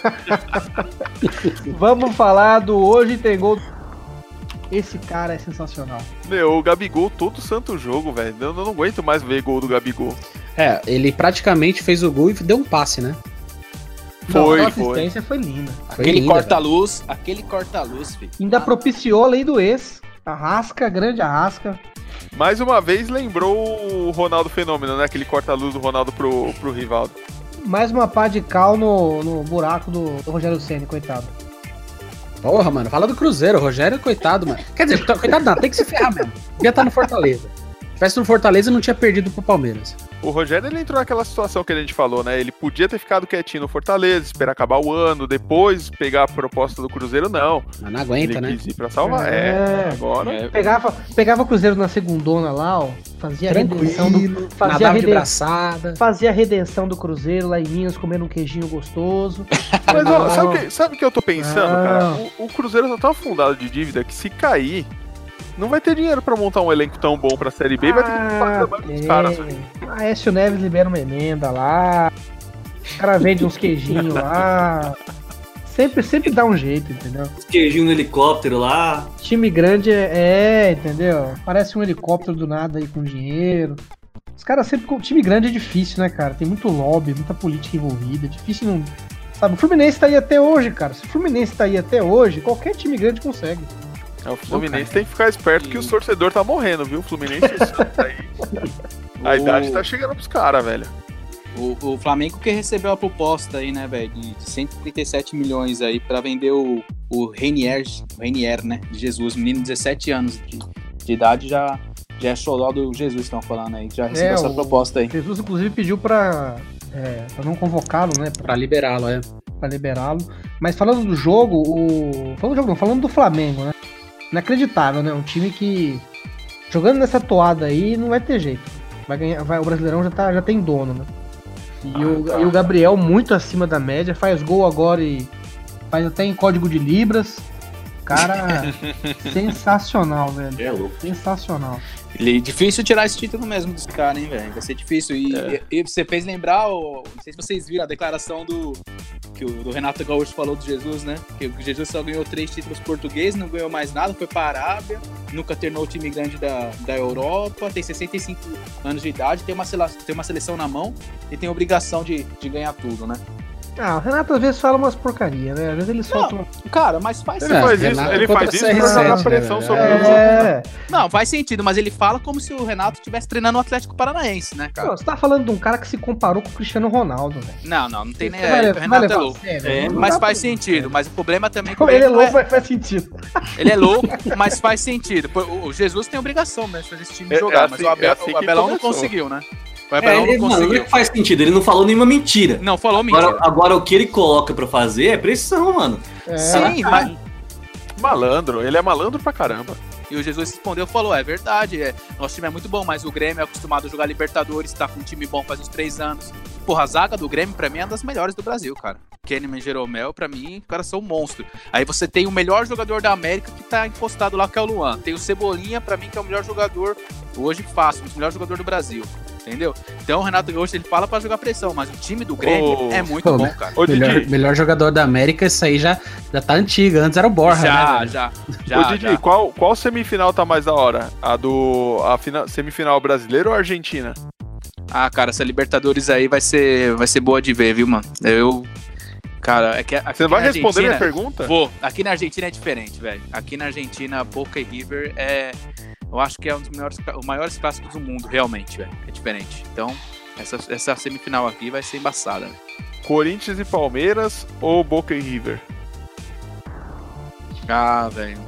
Vamos falar do Hoje Tem Gol. Esse cara é sensacional. O Gabigol todo santo jogo, velho. Eu não aguento mais ver gol do Gabigol. Ele praticamente fez o gol e deu um passe, né? Foi. A assistência foi linda. Aquele corta-luz, filho. Ainda propiciou a lei do ex. Arrasca, grande Arrasca. Mais uma vez lembrou o Ronaldo Fenômeno, né? Aquele corta-luz do Ronaldo pro Rivaldo. Mais uma pá de cal no buraco do Rogério Ceni, coitado. Porra, mano, fala do Cruzeiro, o Rogério, coitado, mano. Quer dizer, coitado não, tem que se ferrar mesmo. Devia estar no Fortaleza. Se tivesse no Fortaleza, não tinha perdido pro Palmeiras. O Rogério, ele entrou naquela situação que a gente falou, né? Ele podia ter ficado quietinho no Fortaleza, esperar acabar o ano, depois pegar a proposta do Cruzeiro, não. Mas não aguenta, ele né? quis ir pra salvar. Agora... Pegava o Cruzeiro na segundona lá, ó. Fazia tranquilo, fazia a redenção do Cruzeiro lá em Minas, comendo um queijinho gostoso. Mas, ó, sabe o que eu tô pensando, cara? O Cruzeiro tá tão afundado de dívida que se cair, não vai ter dinheiro pra montar um elenco tão bom pra Série B e vai ter que pagar mais os caras. Aécio Neves libera uma emenda lá, o cara vende uns queijinhos lá. Sempre dá um jeito, entendeu? Os queijinhos no helicóptero lá. Time grande entendeu? Parece um helicóptero do nada aí com dinheiro. Os caras sempre... Time grande é difícil, né, cara? Tem muito lobby, muita política envolvida. É difícil não... Sabe, o Fluminense tá aí até hoje, cara. Se o Fluminense tá aí até hoje, qualquer time grande consegue. O Fluminense tem que ficar esperto que o torcedor tá morrendo, viu? O Fluminense tá aí. A idade tá chegando pros caras, velho. O Flamengo que recebeu a proposta aí, né, velho, de 137 milhões aí pra vender o Reinier, né, de Jesus, menino de 17 anos de idade, já é xodó do Jesus, estão falando aí, já recebeu essa proposta aí. Jesus, inclusive, pediu pra não convocá-lo, né? Pra liberá-lo, Pra liberá-lo. Mas falando do jogo, falando do Flamengo, né? inacreditável, né? Um time que, jogando nessa toada aí, não vai ter jeito. Vai ganhar, o Brasileirão já tem dono, né? E o Gabriel muito acima da média, faz gol agora e faz até em código de libras. Cara, sensacional, velho. É louco. Sensacional. Difícil tirar esse título mesmo dos caras, hein, velho? Vai ser difícil. E você fez lembrar, não sei se vocês viram a declaração do Renato Gaúcho falou do Jesus, né? Que o Jesus só ganhou 3 títulos portugueses, não ganhou mais nada, foi pra Arábia, nunca terminou o time grande da Europa, tem 65 anos de idade, tem uma seleção na mão e tem a obrigação de ganhar tudo, né? O Renato às vezes fala umas porcaria, né? Às vezes ele solta Cara, mas faz sentido. Ele faz isso pra jogar pressão sobre os outros. Não, faz sentido, mas ele fala como se o Renato estivesse treinando o Atlético Paranaense, né, cara? Você tá falando de um cara que se comparou com o Cristiano Ronaldo, velho. Não tem nem... O Renato é louco. Mas faz sentido, mas o problema também... Ele é louco, mas faz sentido. Ele é louco, mas faz sentido. O Jesus tem obrigação, né, de fazer esse time jogar, mas o Abelão não conseguiu, né? Não faz sentido, ele não falou nenhuma mentira. Não, falou mentira. Agora o que ele coloca pra fazer é pressão, mano. Sim, mas... Malandro, ele é malandro pra caramba. E o Jesus respondeu, falou, é verdade, nosso time é muito bom, mas o Grêmio é acostumado a jogar Libertadores, tá com um time bom faz uns 3 anos. Porra, a zaga do Grêmio, pra mim, é uma das melhores do Brasil, cara. Kahneman e Jeromel, pra mim, os caras são monstros. Aí você tem o melhor jogador da América que tá encostado lá, que é o Luan. Tem o Cebolinha, pra mim, que é o melhor jogador, hoje fácil, o melhor jogador do Brasil. Entendeu? Então o Renato Gaúcho, ele fala pra jogar pressão, mas o time do Grêmio é muito bom, cara. Melhor jogador da América, isso aí já tá antiga. Antes era o Borja, já. Ô, Didi, qual semifinal tá mais da hora? A semifinal brasileira ou Argentina? Cara, essa Libertadores aí vai ser boa de ver, viu, mano? Cara, é que aqui você vai responder minha pergunta? Vou. Aqui na Argentina é diferente, velho. Aqui na Argentina, Boca e River eu acho que é um dos maiores clássicos do mundo, realmente, velho. É diferente. Então, essa semifinal aqui vai ser embaçada, velho. Corinthians e Palmeiras ou Boca e River? Velho.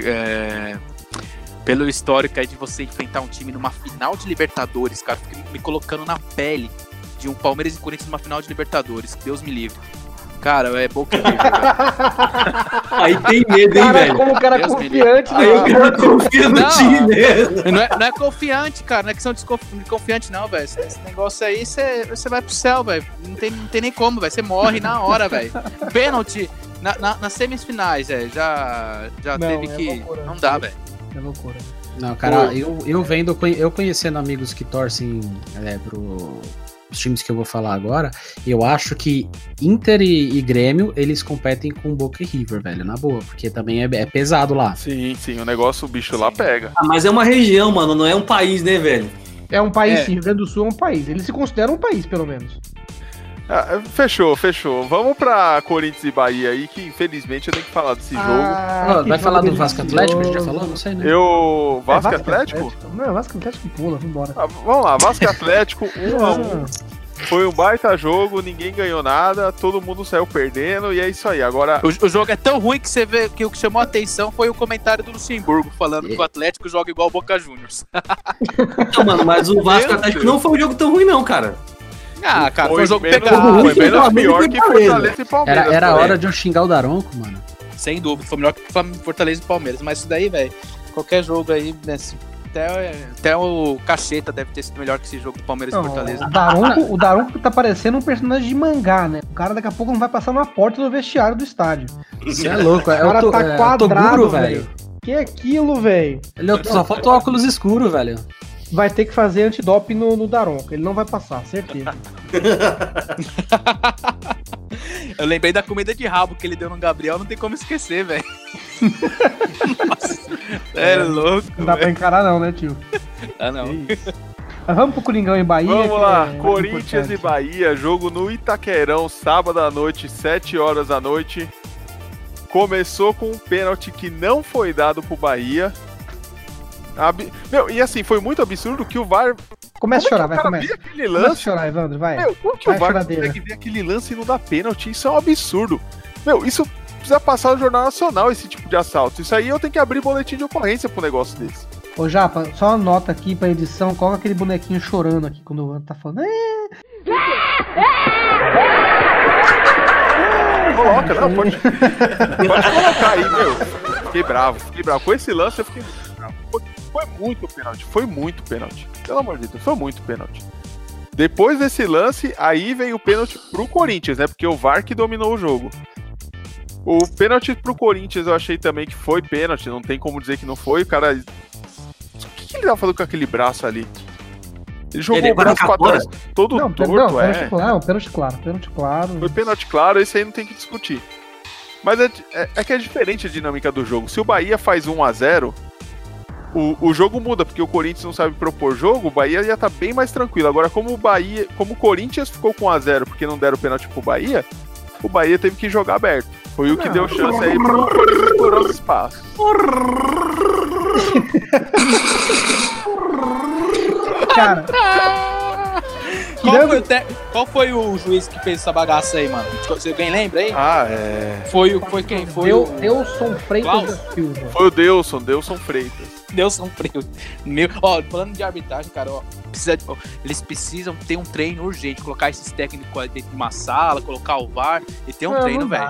Pelo histórico aí de você enfrentar um time numa final de Libertadores, cara, fica me colocando na pele de um Palmeiras e Corinthians numa final de Libertadores. Deus me livre. Cara, é Boca e River, Aí tem medo, hein, velho? Como o cara é confiante, né? Aí o cara confia no time. Não é confiante, cara. Não é questão de confiante, não, velho. Esse negócio aí, você vai pro céu, velho. Não tem nem como, velho. Você morre na hora, velho. Pênalti nas semifinais, já teve que... Loucura, não dá, velho. É loucura. Não, cara, eu conhecendo amigos que torcem os times que eu vou falar agora, eu acho que Inter e Grêmio, eles competem com Boca e River, velho, na boa, porque também é pesado lá. Sim, o negócio, o bicho lá pega. Mas é uma região, mano, não é um país, né, velho? É um país, sim, Rio Grande do Sul é um país, eles se consideram um país, pelo menos. Fechou. Vamos pra Corinthians e Bahia aí, que infelizmente eu tenho que falar desse jogo. Vai falar do Vasco Atlético? A gente já falou? Não sei, né? Vasco Atlético? Não, Vasco Atlético pula, vambora. Vamos lá, Vasco Atlético 1-1. Foi um baita jogo, ninguém ganhou nada, todo mundo saiu perdendo e é isso aí. Agora o jogo é tão ruim que você vê que o que chamou a atenção foi o comentário do Luxemburgo falando que o Atlético joga igual o Boca Juniors. Não, mano, mas o Vasco Atlético não foi um jogo tão ruim não, cara. Cara, foi um jogo pegado. Foi menos pior que Fortaleza e Palmeiras. Era hora de eu xingar o Daronco, mano. Sem dúvida, foi melhor que Fortaleza e Palmeiras. Mas isso daí, velho, qualquer jogo aí, né, até o Cacheta deve ter sido melhor que esse jogo do Palmeiras e Fortaleza. O Daronco tá parecendo um personagem de mangá, né? O cara daqui a pouco não vai passar na porta do vestiário do estádio. Isso é louco. O cara tá quadrado, Toguro, velho. Que é aquilo, velho? Só falta o óculos escuro, velho. Vai ter que fazer antidoping no Daronco. Ele não vai passar, certeza. Eu lembrei da comida de rabo que ele deu no Gabriel, não tem como esquecer, velho. É louco. Não dá pra encarar não, né, tio? Não. Mas vamos pro Coringão e Bahia. Vamos lá, Corinthians e Bahia, jogo no Itaquerão, sábado à noite, 7 horas da noite. Começou com um pênalti que não foi dado pro Bahia. E assim, foi muito absurdo que o VAR... Começa a chorar, vai, começa. Começa a chorar, Evandro, vai. Como que o VAR consegue ver aquele lance e não dá pênalti? Isso é um absurdo. Isso precisa passar no Jornal Nacional, esse tipo de assalto. Isso aí eu tenho que abrir boletim de ocorrência pro negócio desse. Ô, Japa, só uma nota aqui pra edição, coloca aquele bonequinho chorando aqui quando o Evandro tá falando. Coloca, não, pode colocar aí, meu. Fiquei bravo. Com esse lance eu fiquei muito bravo. Foi muito pênalti. Pelo amor de Deus, foi muito pênalti. Depois desse lance, aí veio o pênalti pro Corinthians, né? Porque o VAR que dominou o jogo. O pênalti pro Corinthians eu achei também que foi pênalti, não tem como dizer que não foi. O cara... O que ele tava fazendo com aquele braço ali? Ele jogou o braço pra trás, todo torto, pênalti claro. Foi pênalti claro, esse aí não tem que discutir. Mas é que é diferente a dinâmica do jogo. Se o Bahia faz 1-0, o jogo muda, porque o Corinthians não sabe propor jogo, o Bahia ia estar bem mais tranquilo. Agora, como o Corinthians ficou com 1-0 porque não deram pênalti pro Bahia, o Bahia teve que jogar aberto. Foi o que deu chance aí pro Corinthians explorar os espaços. Cara, qual foi o juiz que fez essa bagaça aí, mano? Você alguém lembra aí? Foi quem? Foi o Delson Freitas da Silva. Foi o Delson Freitas. Falando de arbitragem, cara, eles precisam ter um treino urgente, colocar esses técnicos dentro de uma sala, colocar o VAR e ter um treino, velho.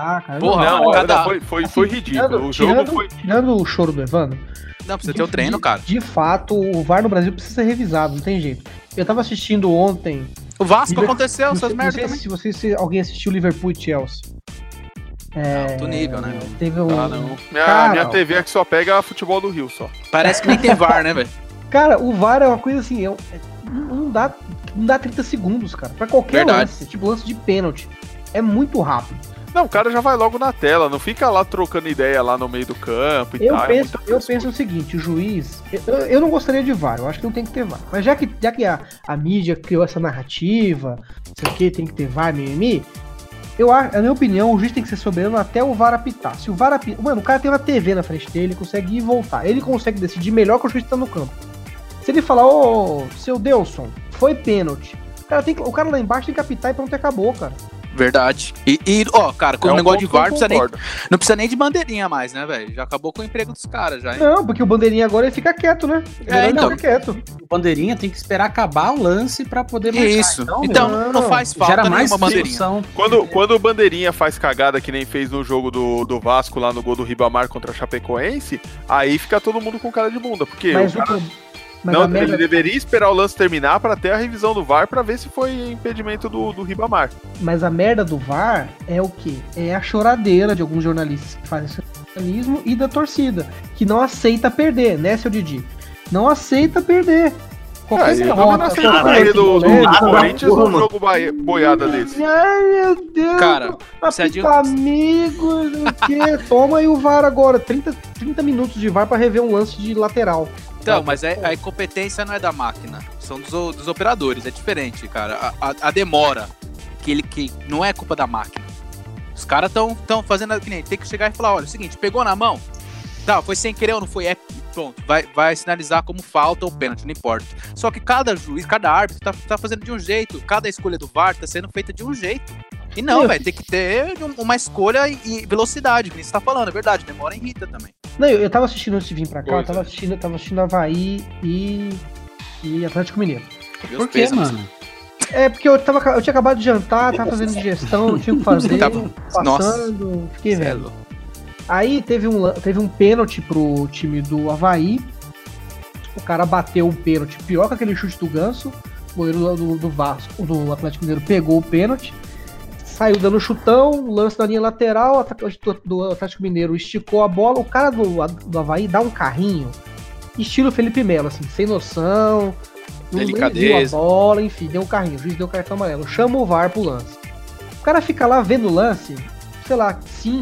Foi ridículo. Tirando o choro do Evandro. Não, precisa ter um treino, cara. De fato, o VAR no Brasil precisa ser revisado, não tem jeito. Eu tava assistindo ontem. O Vasco aconteceu, essas merdas também. Se alguém assistiu Liverpool e Chelsea. Alto nível, né? Teve um... não. Minha TV é que só pega futebol do Rio, só. Parece que nem tem VAR, né, velho? Cara, o VAR é uma coisa assim, não dá 30 segundos, cara. Pra qualquer lance, tipo lance de pênalti. É muito rápido. Não, o cara já vai logo na tela, não fica lá trocando ideia lá no meio do campo e tal. Eu penso o seguinte, o juiz... Eu não gostaria de VAR, eu acho que não tem que ter VAR. Mas já que a mídia criou essa narrativa, sei o que, tem que ter VAR, mimimi... Na minha opinião, o juiz tem que ser soberano até o VAR apitar. Se o VAR apitar... Mano, o cara tem uma TV na frente dele, ele consegue ir e voltar. Ele consegue decidir melhor que o juiz que tá no campo. Se ele falar, seu Delson, foi pênalti. O cara lá embaixo tem que apitar e pronto, acabou, cara. Verdade. Cara, com o negócio de VAR, não precisa nem de bandeirinha mais, né, velho? Já acabou com o emprego dos caras, já. Hein? Não, porque o bandeirinha agora ele fica quieto, né? Então, fica quieto. O bandeirinha tem que esperar acabar o lance pra poder marcar. Isso. Então não faz falta gera mais nenhuma bandeirinha. Quando o bandeirinha faz cagada que nem fez no jogo do Vasco, lá no gol do Ribamar contra a Chapecoense, aí fica todo mundo com cara de bunda, porque ele deveria esperar o lance terminar para ter a revisão do VAR para ver se foi impedimento do Ribamar. Mas a merda do VAR é o quê? É a choradeira de alguns jornalistas que fazem esse jornalismo e da torcida, que não aceita perder, né, seu Didi? Não aceita perder. Qualquer do Corinthians um jogo boiada desse. Ai, meu Deus. Cara, amigos, o quê? Toma aí o VAR agora. 30 minutos de VAR para rever um lance de lateral. Então, mas a incompetência não é da máquina, são dos operadores, é diferente, cara. A demora, que não é culpa da máquina. Os caras estão fazendo que nem, tem que chegar e falar, olha, é o seguinte, pegou na mão, tá, foi sem querer ou não foi, pronto, vai sinalizar como falta ou pênalti, não importa. Só que cada juiz, cada árbitro tá fazendo de um jeito, cada escolha do VAR tá sendo feita de um jeito. E não, velho, tem que ter uma escolha e velocidade, que nem você tá falando, é verdade, demora irrita também. Não, eu tava assistindo antes de vir pra cá, eu tava assistindo Avaí e Atlético Mineiro. Por que, mano? É porque eu tinha acabado de jantar, tava fazendo digestão, não tinha o que fazer, passando, fiquei velho. Aí teve um pênalti pro time do Avaí, o cara bateu um pênalti pior que aquele chute do Ganso, o goleiro do Vasco, do Atlético Mineiro pegou o pênalti, saiu dando chutão, lance da linha lateral, do Atlético Mineiro esticou a bola, o cara do Avaí dá um carrinho, estilo Felipe Melo, assim, sem noção, delicadeza, a bola, enfim, deu um carrinho, o juiz deu um cartão amarelo, chama o VAR pro lance. O cara fica lá vendo o lance, sei lá,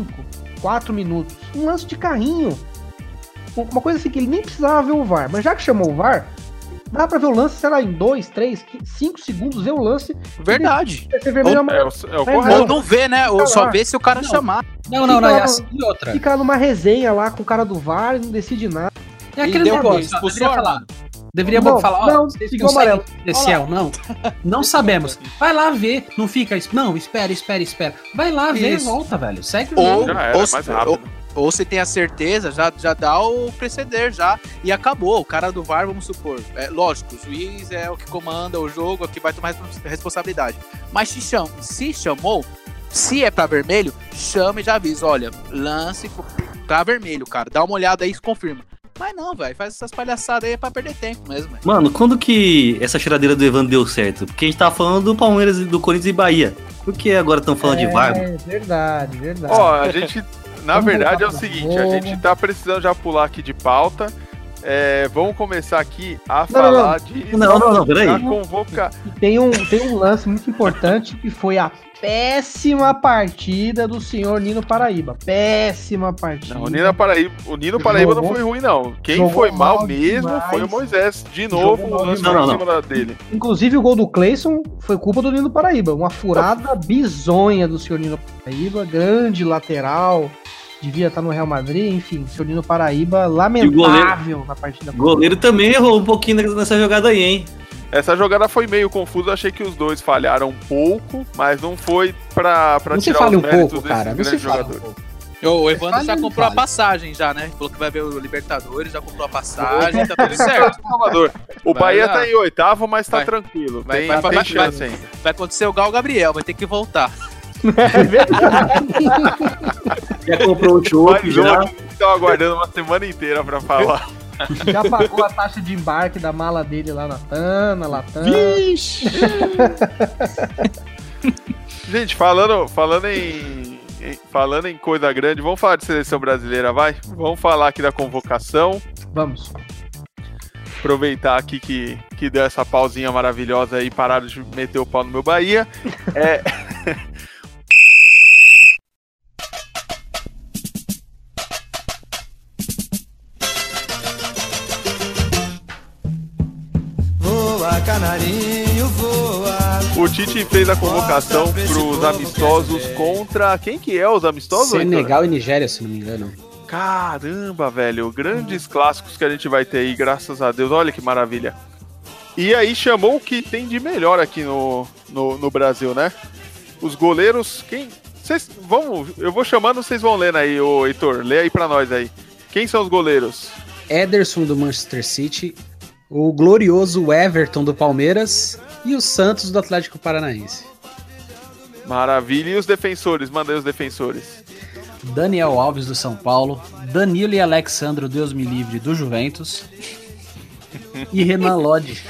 4 minutos, um lance de carrinho, uma coisa assim que ele nem precisava ver o VAR, mas já que chamou o VAR, dá pra ver o lance, sei lá, em 2, 3, 5 segundos, ver o lance. Verdade. Ou não vê, né? Ou só vê se o cara chamar. Não, é assim e outra. Fica numa resenha lá com o cara do VAR, não decide nada. É aquele negócio, deveria falar, não, vocês conseguem especial, não sabemos. Vai lá ver, não fica, não, espera. Vai lá ver e volta, velho. Segue o jogo. Mais rápido. Ou se tem a certeza, já dá o preceder já e acabou. O cara do VAR, vamos supor, lógico, o juiz é o que comanda o jogo, aqui vai tomar responsabilidade. Mas se chamou, se é pra vermelho, chama e já avisa, olha, lance tá vermelho, cara. Dá uma olhada aí e se confirma. Mas não, velho, faz essas palhaçadas aí pra perder tempo mesmo, velho. Mano, quando que essa choradeira do Evandro deu certo? Porque a gente tava falando do Palmeiras, do Corinthians e Bahia. Por que agora estão falando de VAR? É, verdade. Ó, a gente, na Vamos verdade, é o voltar pro seguinte, a jogo. gente tá precisando já pular aqui de pauta. Vamos começar aqui a falar de... Não, peraí. A convocar... E tem um lance muito importante que foi a péssima partida do senhor Nino Paraíba. Péssima partida. Não, o Nino Paraíba não foi ruim, não. Quem jogou foi mal mal mesmo demais. foi o Moisés. De novo, Jogou o mal lance demais. em cima dele. Inclusive o gol do Cleison foi culpa do Nino Paraíba. Uma furada bizonha do senhor Nino Paraíba. Grande lateral. Devia estar no Real Madrid. Enfim, o senhor Nino Paraíba lamentável na partida. O goleiro também errou um pouquinho nessa jogada aí, hein? Essa jogada foi meio confusa, achei que os dois falharam um pouco, mas não foi pra Não se tirar fala os um méritos pouco, desses cara. Não se grandes fala um jogadores. pouco. O Evandro já Fale, comprou a fale. passagem já, né? Falou que vai ver o Libertadores, já comprou a passagem, tá tudo certo. Salvador. O Vai Bahia lá. tá em oitavo, mas tá Vai. tranquilo. Vai, Tem, vai, tem vai, chance vai. ainda. Vai acontecer o Gal Gabriel, vai ter que voltar. É verdade. Já comprou o chopp, Mas já. hoje estão aguardando uma semana inteira pra falar. Já pagou a taxa de embarque da mala dele lá na TAM, na Latam. Vixe! Gente, falando em coisa grande, vamos falar de seleção brasileira, vai? Vamos falar aqui da convocação. Vamos. Aproveitar aqui que deu essa pausinha maravilhosa aí, pararam de meter o pau no meu Bahia. Voa, canarinho, voa. O Tite fez a convocação para os amistosos contra... Quem que é os amistosos? Senegal e Nigéria, se não me engano. Caramba, velho. Grandes clássicos que a gente vai ter aí, graças a Deus. Olha que maravilha. E aí chamou o que tem de melhor aqui no Brasil, né? Os goleiros... eu vou chamando, vocês vão lendo aí, ô Heitor. Lê aí pra nós aí. Quem são os goleiros? Ederson do Manchester City, o glorioso Everton do Palmeiras e o Santos do Atlético Paranaense. Maravilha. E os defensores? Manda aí os defensores. Daniel Alves do São Paulo, Danilo e Alexandro, Deus me livre, do Juventus e Renan Lodge.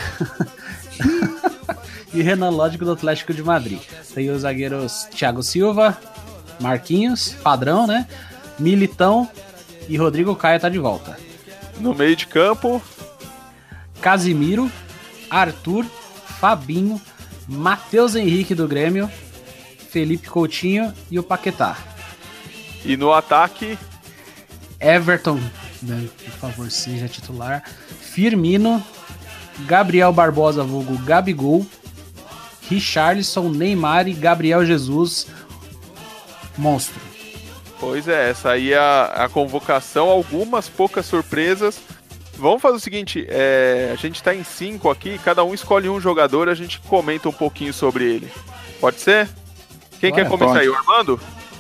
E Renan Lodge do Atlético de Madrid. Tem os zagueiros Thiago Silva, Marquinhos, padrão, né? Militão e Rodrigo Caio tá de volta. No meio de campo... Casimiro, Arthur, Fabinho, Matheus Henrique do Grêmio, Felipe Coutinho e o Paquetá. E no ataque... Everton, né, por favor, seja titular. Firmino, Gabriel Barbosa, vulgo Gabigol, Richarlison, Neymar e Gabriel Jesus, monstro. Pois é, essa aí é a convocação, algumas poucas surpresas. Vamos fazer o seguinte, a gente tá em 5 aqui, cada um escolhe um jogador, a gente comenta um pouquinho sobre ele. Pode ser? Quem quer começar aí, o Armando?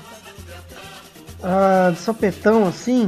De sopetão assim...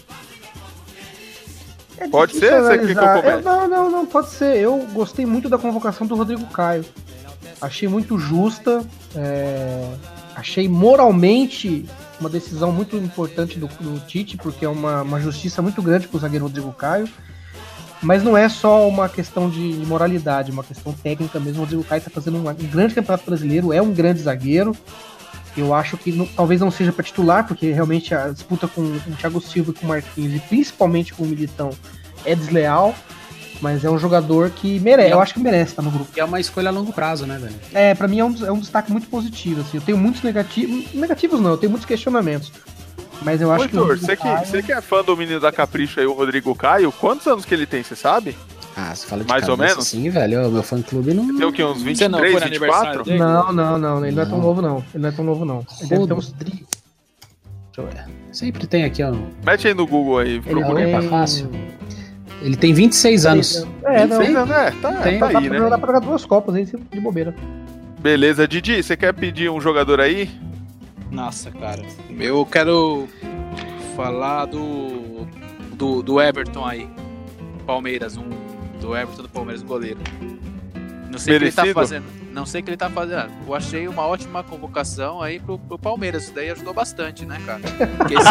Pode ser? Você quer que eu comece? Não, pode ser. Eu gostei muito da convocação do Rodrigo Caio. Achei muito justa. Achei moralmente uma decisão muito importante do Tite, porque é uma justiça muito grande para o zagueiro Rodrigo Caio. Mas não é só uma questão de moralidade, é uma questão técnica mesmo. O Rodrigo Caio está fazendo um grande campeonato brasileiro, é um grande zagueiro. Eu acho que talvez não seja para titular, porque realmente a disputa com o Thiago Silva e com o Marquinhos, e principalmente com o Militão, é desleal. Mas é um jogador que merece, eu acho que merece estar no grupo. E é uma escolha a longo prazo, né, velho? Pra mim é um destaque muito positivo, assim. Eu tenho muitos negativos não, eu tenho muitos questionamentos. Mas eu acho que... Você que é fã do menino da Capricho aí, o Rodrigo Caio, quantos anos que ele tem, você sabe? Você fala de mais ou menos? Sim, velho, meu fã-clube não... Tem o quê, uns 23, 24? Não, ele não é tão novo não. Ele deve ter uns... Deixa eu ver. Sempre tem aqui, ó. Mete aí no Google aí, procura aí. Tá fácil. Ele tem 26 anos. 26 anos, tá aí, né? Dá pra jogar 2 copas aí, de bobeira. Beleza, Didi, você quer pedir um jogador aí? Nossa, cara. Eu quero falar do Everton aí. Palmeiras, do Everton do Palmeiras, goleiro. Não sei o que ele Merecido? tá fazendo. Não sei o que ele tá fazendo. Eu achei uma ótima convocação aí pro Palmeiras. Isso daí ajudou bastante, né, cara? Porque esse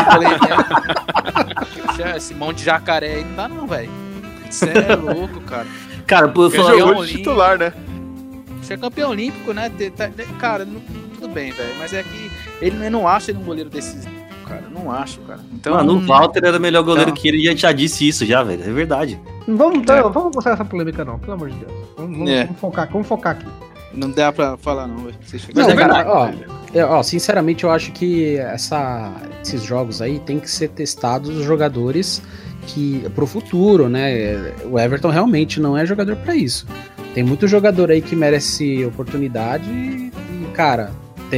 goleiro, esse monte de jacaré aí não dá não, velho. Você é louco, cara. Cara, por Ele falar. jogou de titular, né? Você é campeão olímpico, né? Cara, tudo bem, velho. Mas é que ele não acha ele um goleiro decisivo, cara. Não acho, cara. Então, Mano, o Walter era melhor goleiro que ele, já disse isso já, velho. É verdade. Vamos mostrar essa polêmica não, pelo amor de Deus. Vamos focar aqui. Não dá pra falar não, velho. Mas é verdade. Sinceramente, eu acho que esses jogos aí tem que ser testados os jogadores pro futuro, né? O Everton realmente não é jogador pra isso. Tem muito jogador aí que merece oportunidade e, cara,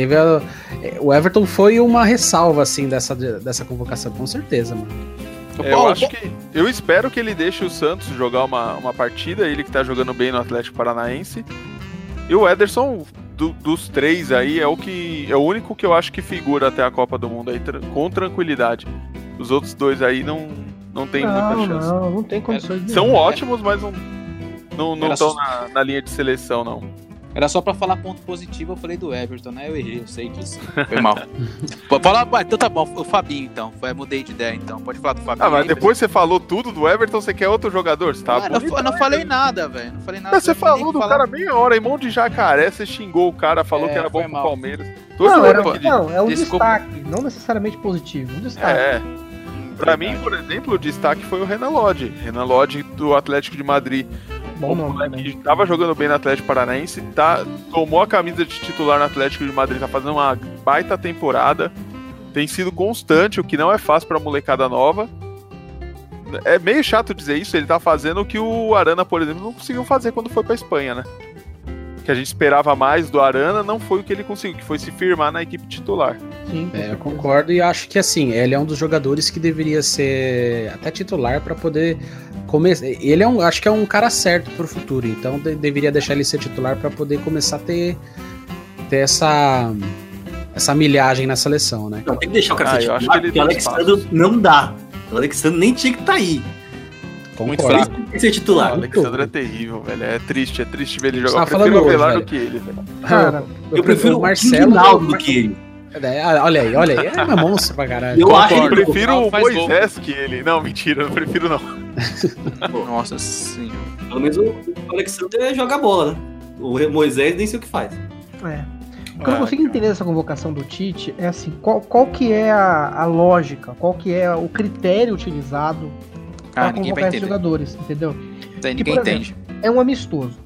o Everton foi uma ressalva, assim, dessa convocação, com certeza, mano. Eu espero que ele deixe o Santos jogar uma partida, ele que tá jogando bem no Atlético Paranaense. E o Ederson, dos três aí, é o único que eu acho que figura até a Copa do Mundo aí com tranquilidade. Os outros dois aí não tem muita chance. Não tem condições de São ótimos, mas não estão na linha de seleção, não. Era só pra falar ponto positivo, eu falei do Everton, né? Eu errei, eu sei disso. Foi mal. Então tá bom, o Fabinho, então. Mudei de ideia, então. Pode falar do Fabinho. Mas depois você falou tudo do Everton, você quer outro jogador? Você tá eu não falei nada, velho. Não falei nada. Você falou do cara meia hora, em mão de jacaré, você xingou o cara, falou que era bom pro Palmeiras. É um destaque, não necessariamente positivo. Um destaque. Pra mim, por exemplo, o destaque foi o Renan Lodge. Renan Lodge do Atlético de Madrid. Bom nome, que estava jogando bem no Atlético Paranaense, tomou a camisa de titular no Atlético de Madrid, tá fazendo uma baita temporada, tem sido constante, o que não é fácil pra molecada nova. É meio chato dizer isso, ele tá fazendo o que o Arana, por exemplo, não conseguiu fazer quando foi pra Espanha, né? Que a gente esperava mais do Arana, não foi o que ele conseguiu, que foi se firmar na equipe titular. Sim, eu concordo e acho que assim, ele é um dos jogadores que deveria ser até titular para poder começar. Ele acho que é um cara certo pro futuro, então deveria deixar ele ser titular para poder começar a ter essa milhagem na seleção, né? Não, tem que deixar o cara ser titular, acho que porque o Alexandre não dá. O Alexandre nem tinha que estar aí. Muito fraco. Tem que ser titular. O Alexandre é terrível, velho. É triste ver ele jogar. Eu prefiro o Avelar do que ele, velho. Cara, eu prefiro o Marcelo do que ele. Olha aí, é uma monstro pra caralho. Eu prefiro o Moisés que ele. Não, mentira, eu não prefiro não. Nossa senhora. Pelo menos o Alexandre joga bola, né? O Moisés nem sei o que faz. O que eu não consigo entender dessa convocação do Tite é assim, qual que é a lógica, qual que é o critério utilizado para convocar esses jogadores, entendeu? Ninguém entende. É um amistoso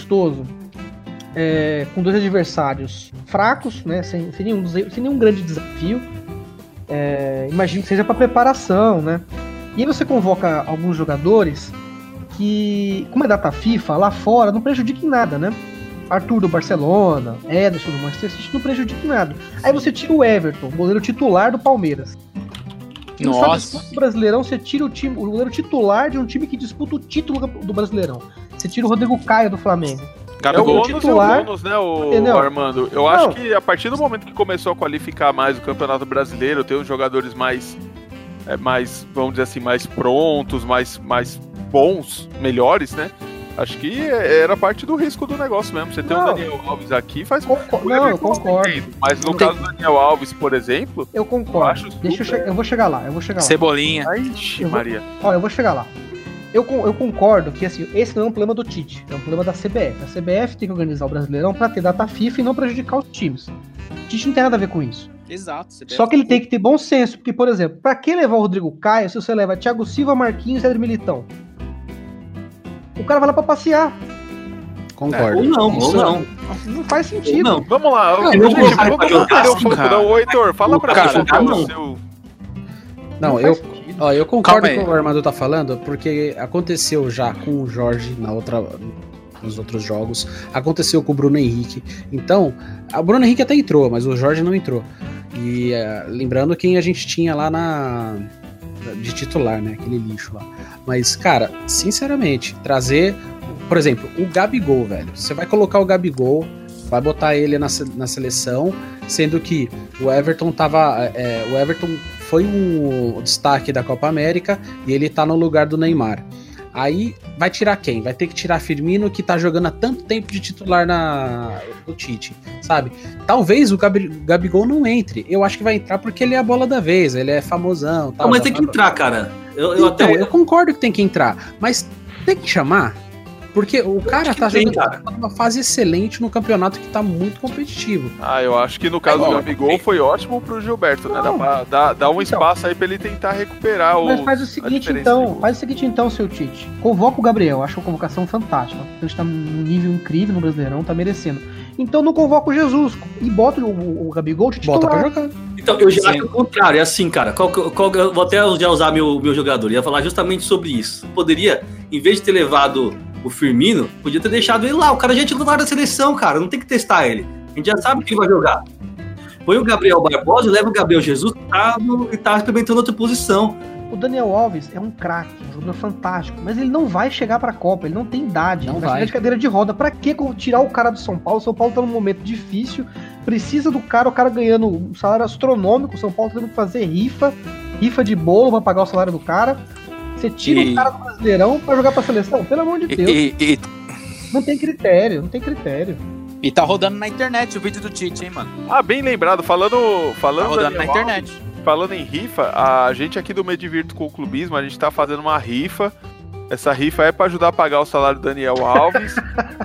com dois adversários fracos, né, sem nenhum grande desafio. Imagino que seja para preparação, né? E aí você convoca alguns jogadores que, como é data FIFA, lá fora não prejudica em nada, né? Arthur do Barcelona, Ederson do Manchester City, não prejudica em nada. Aí você tira o Everton, goleiro titular do Palmeiras. Nossa. No Brasileirão, você tira o goleiro titular de um time que disputa o título do Brasileirão. Você tira o Rodrigo Caio do Flamengo. É o bônus, né, o Armando? Eu acho que a partir do momento que começou a qualificar mais o Campeonato Brasileiro, ter os jogadores mais, vamos dizer assim, mais prontos, mais bons, melhores, né? Acho que era parte do risco do negócio mesmo. Você tem o Daniel Alves aqui, faz... eu concordo. Mas no caso do Daniel Alves, por exemplo... Eu concordo. Eu vou chegar lá. Cebolinha. Maria. Eu vou chegar lá. Eu concordo que assim, esse não é um problema do Tite, é um problema da CBF. A CBF tem que organizar o Brasileirão pra ter data FIFA e não prejudicar os times. O Tite não tem nada a ver com isso. Exato. Só que ele tem que ter bom senso, porque, por exemplo, pra que levar o Rodrigo Caio se você leva Thiago Silva, Marquinhos e Éder Militão? O cara vai lá pra passear. Concordo. Ou não. Não faz sentido. Não. Vamos lá. Vamos entender o Heitor, fala pra mim o seu... Não, eu concordo com o que o Armando tá falando, porque aconteceu já com o Jorge nos outros jogos, aconteceu com o Bruno Henrique. Então, o Bruno Henrique até entrou, mas o Jorge não entrou. E lembrando quem a gente tinha lá de titular, né? Aquele lixo lá. Mas, cara, sinceramente, trazer, por exemplo, o Gabigol, velho. Você vai colocar o Gabigol, vai botar ele na seleção, sendo que o Everton foi um destaque da Copa América e ele tá no lugar do Neymar. Aí vai tirar quem? Vai ter que tirar Firmino, que tá jogando há tanto tempo de titular do Tite, sabe? Talvez o Gabigol não entre. Eu acho que vai entrar porque ele é a bola da vez, ele é famosão. Tal, não, mas tem que entrar, cara. Eu concordo que tem que entrar, mas tem que chamar. Porque o cara tá jogando uma fase excelente no campeonato que tá muito competitivo. Eu acho que no caso do Gabigol foi ótimo pro Gilberto, né? Dá um espaço aí pra ele tentar recuperar Mas faz o seguinte então, seu Tite. Convoca o Gabriel, acho a convocação fantástica. Ele está num nível incrível no Brasileirão, tá merecendo. Então não convoca o Jesus e bota o Gabigol de titular. Bota pra jogar. Então, eu já acho o contrário, é assim, cara. Eu vou até já usar meu jogador. Eu ia falar justamente sobre isso. Poderia, em vez de ter levado o Firmino, podia ter deixado ele lá. O cara já é titular da seleção, cara. Não tem que testar ele. A gente já sabe que ele vai jogar. Põe o Gabriel Barbosa, leva o Gabriel Jesus e tá experimentando outra posição. O Daniel Alves é um craque, um jogador fantástico, mas ele não vai chegar pra Copa, ele não tem idade, ele vai chegar de cadeira de roda. Pra que tirar o cara do São Paulo? O São Paulo tá num momento difícil, precisa do cara, o cara ganhando um salário astronômico, o São Paulo tá tendo que fazer rifa de bolo pra pagar o salário do cara. Você tira o cara do Brasileirão pra jogar pra seleção? Pelo amor de Deus. Não tem critério. E tá rodando na internet o vídeo do Tite, hein, mano? Bem lembrado, falando tá rodando na internet. Falando em rifa, a gente aqui do Medivirto com o Clubismo, a gente tá fazendo uma rifa. Essa rifa é pra ajudar a pagar o salário do Daniel Alves.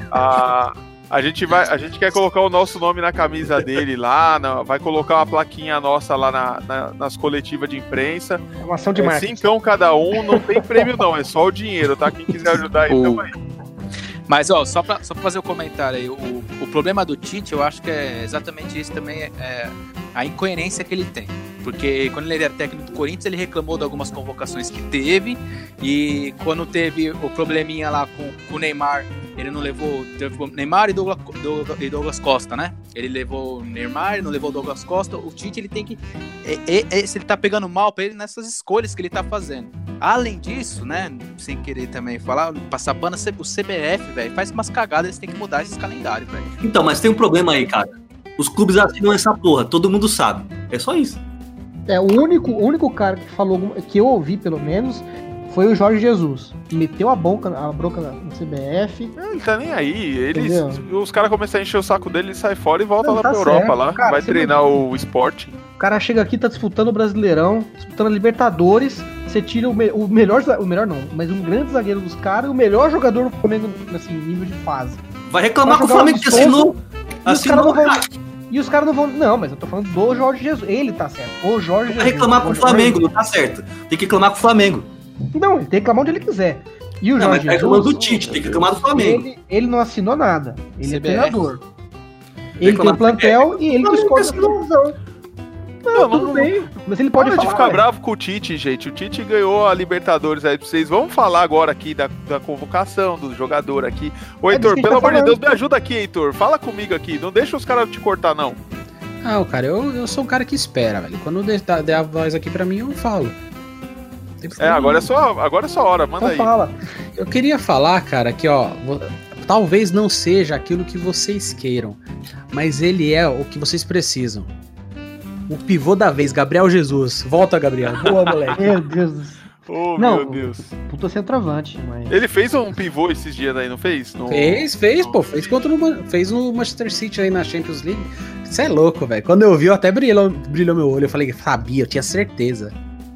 A gente quer colocar o nosso nome na camisa dele lá, vai colocar uma plaquinha nossa lá nas coletivas de imprensa. É uma ação de marketing. 5 cada um, não tem prêmio não, é só o dinheiro, tá? Quem quiser ajudar aí, tamo aí. Mas, só pra fazer o comentário aí, o problema do Tite, eu acho que é exatamente isso também, é a incoerência que ele tem. Porque quando ele era técnico do Corinthians, ele reclamou de algumas convocações que teve, e quando teve o probleminha lá com o Neymar, ele não levou, teve Neymar e Douglas Costa, né? Ele levou o Neymar, ele não levou o Douglas Costa. O Tite, ele tem que... se ele tá pegando mal pra ele nessas escolhas que ele tá fazendo. Além disso, né, sem querer também falar, passar pano, o CBF, velho, faz umas cagadas, eles têm que mudar esses calendários, velho. Então, mas tem um problema aí, cara. Os clubes assinam essa porra, todo mundo sabe. É só isso. O único cara que falou, que eu ouvi pelo menos, foi o Jorge Jesus. Meteu a bronca no CBF. Ele tá nem aí. Os caras começam a encher o saco dele, ele sai fora e volta lá pra Europa lá. Cara, vai treinar o Sporting. O cara chega aqui, tá disputando o Brasileirão, disputando a Libertadores. Você tira o melhor não, mas um grande zagueiro dos caras e o melhor jogador do Flamengo, assim, nível de fase. Vai reclamar com o Flamengo que assinou. E os caras não vão... Não, mas eu tô falando do Jorge Jesus. Ele tá certo. O Jorge Jesus. Vai reclamar com o Flamengo, não tá certo. Tem que reclamar com o Flamengo. Não, ele tem que reclamar onde ele quiser. E o Jorge Jesus... reclamando do Tite, tem que reclamar do Flamengo. Ele não assinou nada. Ele é treinador. Ele tem plantel e ele que escolhe a decisão. Não, tudo bem. Mas ele pode falar. De ficar bravo com o Tite, gente. O Tite ganhou a Libertadores aí pra vocês. Vamos falar agora aqui da convocação do jogador aqui. Ô, Heitor, pelo amor de Deus, me ajuda aqui, Heitor. Fala comigo aqui. Não deixa os caras te cortar, não. Não, cara, eu sou um cara que espera, velho. Quando der a voz aqui pra mim, eu falo. Agora é só hora. Manda então aí. Fala. Eu queria falar, cara, que, talvez não seja aquilo que vocês queiram, mas ele é o que vocês precisam. O pivô da vez, Gabriel Jesus. Volta, Gabriel. Boa, moleque. Meu Deus do céu. Meu Deus. Puta centroavante, mas... Ele fez um pivô esses dias aí, não fez? Fez, fez no Manchester City aí na Champions League. Você é louco, velho. Quando eu vi, eu até brilhou meu olho. Eu falei, sabia, eu tinha certeza.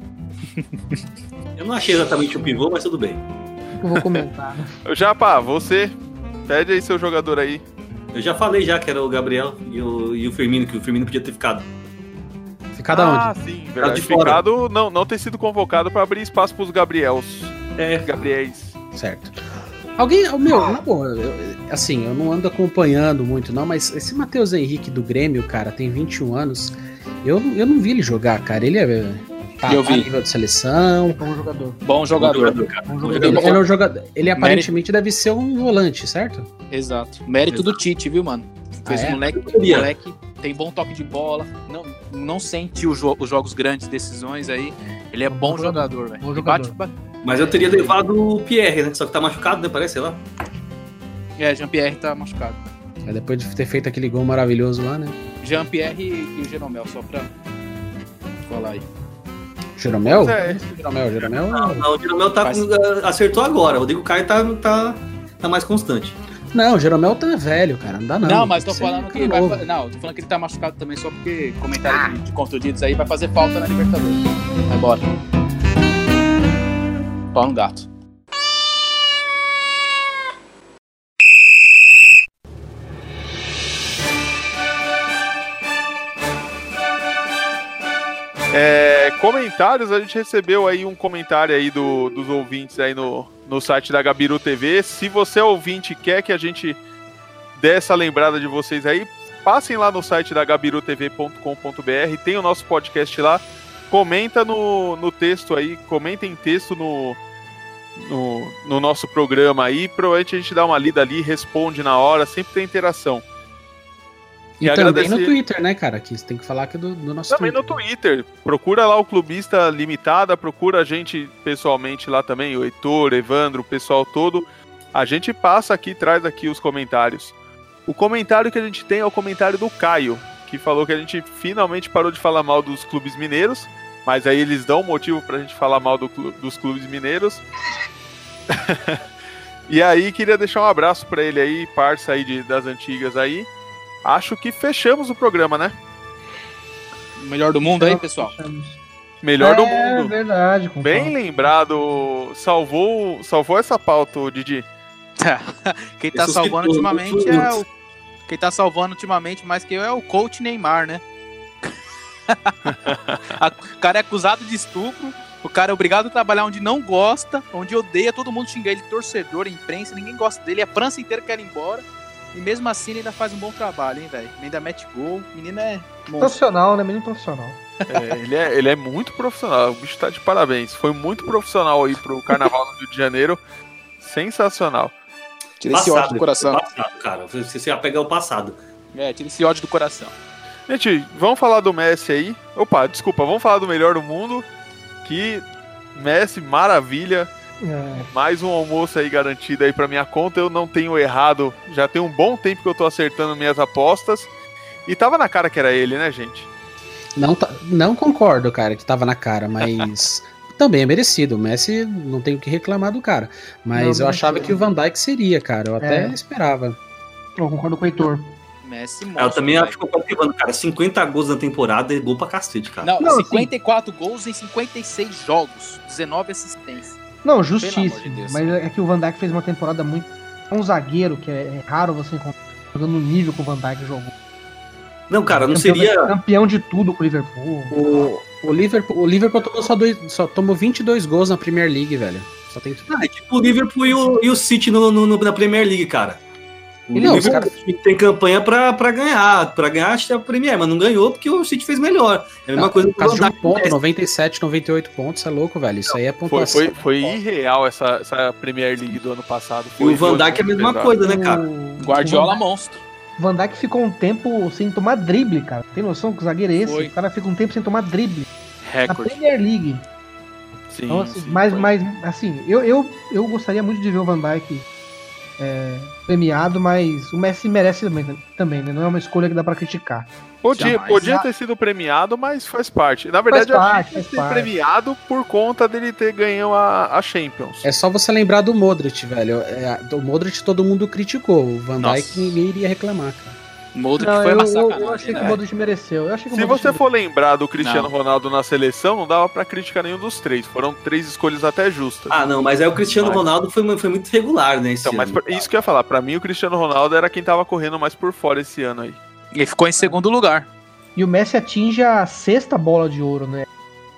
Eu não achei exatamente o pivô, mas tudo bem. Eu vou comentar. Japa, você, pede aí seu jogador aí. Eu já falei que era o Gabriel e o Firmino, que o Firmino podia ter ficado. Ficado aonde? Sim, verdade. Ficado, não ter sido convocado pra abrir espaço pros Gabriéis. Certo. Alguém, eu não ando acompanhando muito não, mas esse Matheus Henrique do Grêmio, cara, tem 21 anos, eu não vi ele jogar, cara, ele tá a nível de seleção. Bom jogador. Ele aparentemente deve ser um volante, certo? Exato. Mérito do Tite, viu, mano? Fez o moleque tem bom toque de bola, não sente os jogos grandes, decisões aí. Ele é bom jogador, velho. Mas eu teria levado o Pierre, né? Só que tá machucado, né? Parece, sei lá. Jean-Pierre tá machucado. Depois de ter feito aquele gol maravilhoso lá, né? Jean-Pierre e o Jeromel, só pra falar aí. Jeromel? É. Jeromel. Não, o Jeromel acertou agora. O Rodrigo Caio tá mais constante. Não, o Jeromel tá velho, cara. Não dá não. Não, mas tô Isso falando é que novo. não, tô falando que ele tá machucado também só porque comentário de contundidos aí vai fazer falta na Libertadores. Vai embora. Pau no gato. Comentários, a gente recebeu aí um comentário aí dos ouvintes aí no site da Gabiru TV. Se você é ouvinte e quer que a gente dê essa lembrada de vocês aí, passem lá no site da gabirutv.com.br, tem o nosso podcast lá, comenta no texto aí, comenta em texto no nosso programa aí, provavelmente a gente dá uma lida ali, responde na hora, sempre tem interação. E também no Twitter, né, cara? Que você tem que falar que do nosso também Twitter. No Twitter. Procura lá o Clubista Limitada, procura a gente pessoalmente lá também, o Heitor, Evandro, o pessoal todo. A gente passa aqui, traz aqui os comentários. O comentário que a gente tem é o comentário do Caio, que falou que a gente finalmente parou de falar mal dos clubes mineiros, mas aí eles dão motivo pra gente falar mal dos clubes mineiros. E aí, queria deixar um abraço pra ele aí, parça aí das antigas aí. Acho que fechamos o programa, né? Melhor do mundo aí, pessoal? Melhor do mundo. É verdade. Bem lembrado. Salvou essa pauta, o Didi. Quem tá salvando ultimamente Quem tá salvando ultimamente mais que eu é o coach Neymar, né? O cara é acusado de estupro. O cara é obrigado a trabalhar onde não gosta, onde odeia, todo mundo xinga ele, torcedor, imprensa, ninguém gosta dele, a França inteira quer ir embora. E mesmo assim ele ainda faz um bom trabalho, hein, velho? Ainda mete gol. O menino é monstro. Profissional, né? Menino profissional. Ele é muito profissional. O bicho tá de parabéns. Foi muito profissional aí pro Carnaval do Rio de Janeiro. Sensacional. Tira esse ódio do coração. Passado, cara. Você vai pegar o passado. Tira esse ódio do coração. Gente, vamos falar do Messi aí. Opa, desculpa, vamos falar do melhor do mundo. Que Messi, maravilha. Mais um almoço aí garantido aí pra minha conta. Eu não tenho errado. Já tem um bom tempo que eu tô acertando minhas apostas. E tava na cara que era ele, né, gente? Não concordo, cara, que tava na cara, mas também é merecido. O Messi não tem o que reclamar do cara. Mas eu achava que o Van Dijk seria, cara. Eu até esperava. Eu concordo com o Heitor. Messi eu também acho que eu concordo, cara. 50 gols na temporada é gol pra cacete, cara. Não 54 gols em 56 jogos. 19 assistências. Não, justíssimo. De mas é que o Van Dijk fez uma temporada muito... É um zagueiro que é raro você encontrar jogando no nível que o Van Dijk jogou. Não, cara, não seria... Campeão de tudo com o Liverpool. O Liverpool só tomou 22 gols na Premier League, velho. Só tem... é tipo o Liverpool e o City na Premier League, cara. O Liverpool tem campanha pra ganhar acho que é a Premier, mas não ganhou porque o City fez melhor. É a mesma coisa que o Van Dijk. 97, 98 pontos, é louco, velho. Isso aí é pontuação. Foi irreal essa Premier League do ano passado. E o Van Dijk é a mesma coisa, né, cara? Guardiola monstro. O Van Dijk ficou um tempo sem tomar drible, cara. Tem noção que o zagueiro é esse? O cara fica um tempo sem tomar drible. Recorde. Na Premier League. Sim, então, assim, mas assim, eu gostaria muito de ver o Van Dijk premiado, mas o Messi merece também, né? Não é uma escolha que dá pra criticar. Podia ter sido premiado, mas faz parte. Na verdade, faz parte. Premiado por conta dele ter ganho a Champions. É só você lembrar do Modric, velho. O Modric todo mundo criticou. O Van Dijk ninguém iria reclamar, cara. Modric foi uma sacanagem. Eu achei que o Modric mereceu. Se você for lembrar do Cristiano Ronaldo na seleção, não dava pra criticar nenhum dos três. Foram 3 escolhas até justas. Ah, não, mas aí o Cristiano Ronaldo foi muito regular, né? Então, mas isso que eu ia falar. Pra mim, o Cristiano Ronaldo era quem tava correndo mais por fora esse ano aí. Ele ficou em segundo lugar. E o Messi atinge a 6ª bola de ouro, né?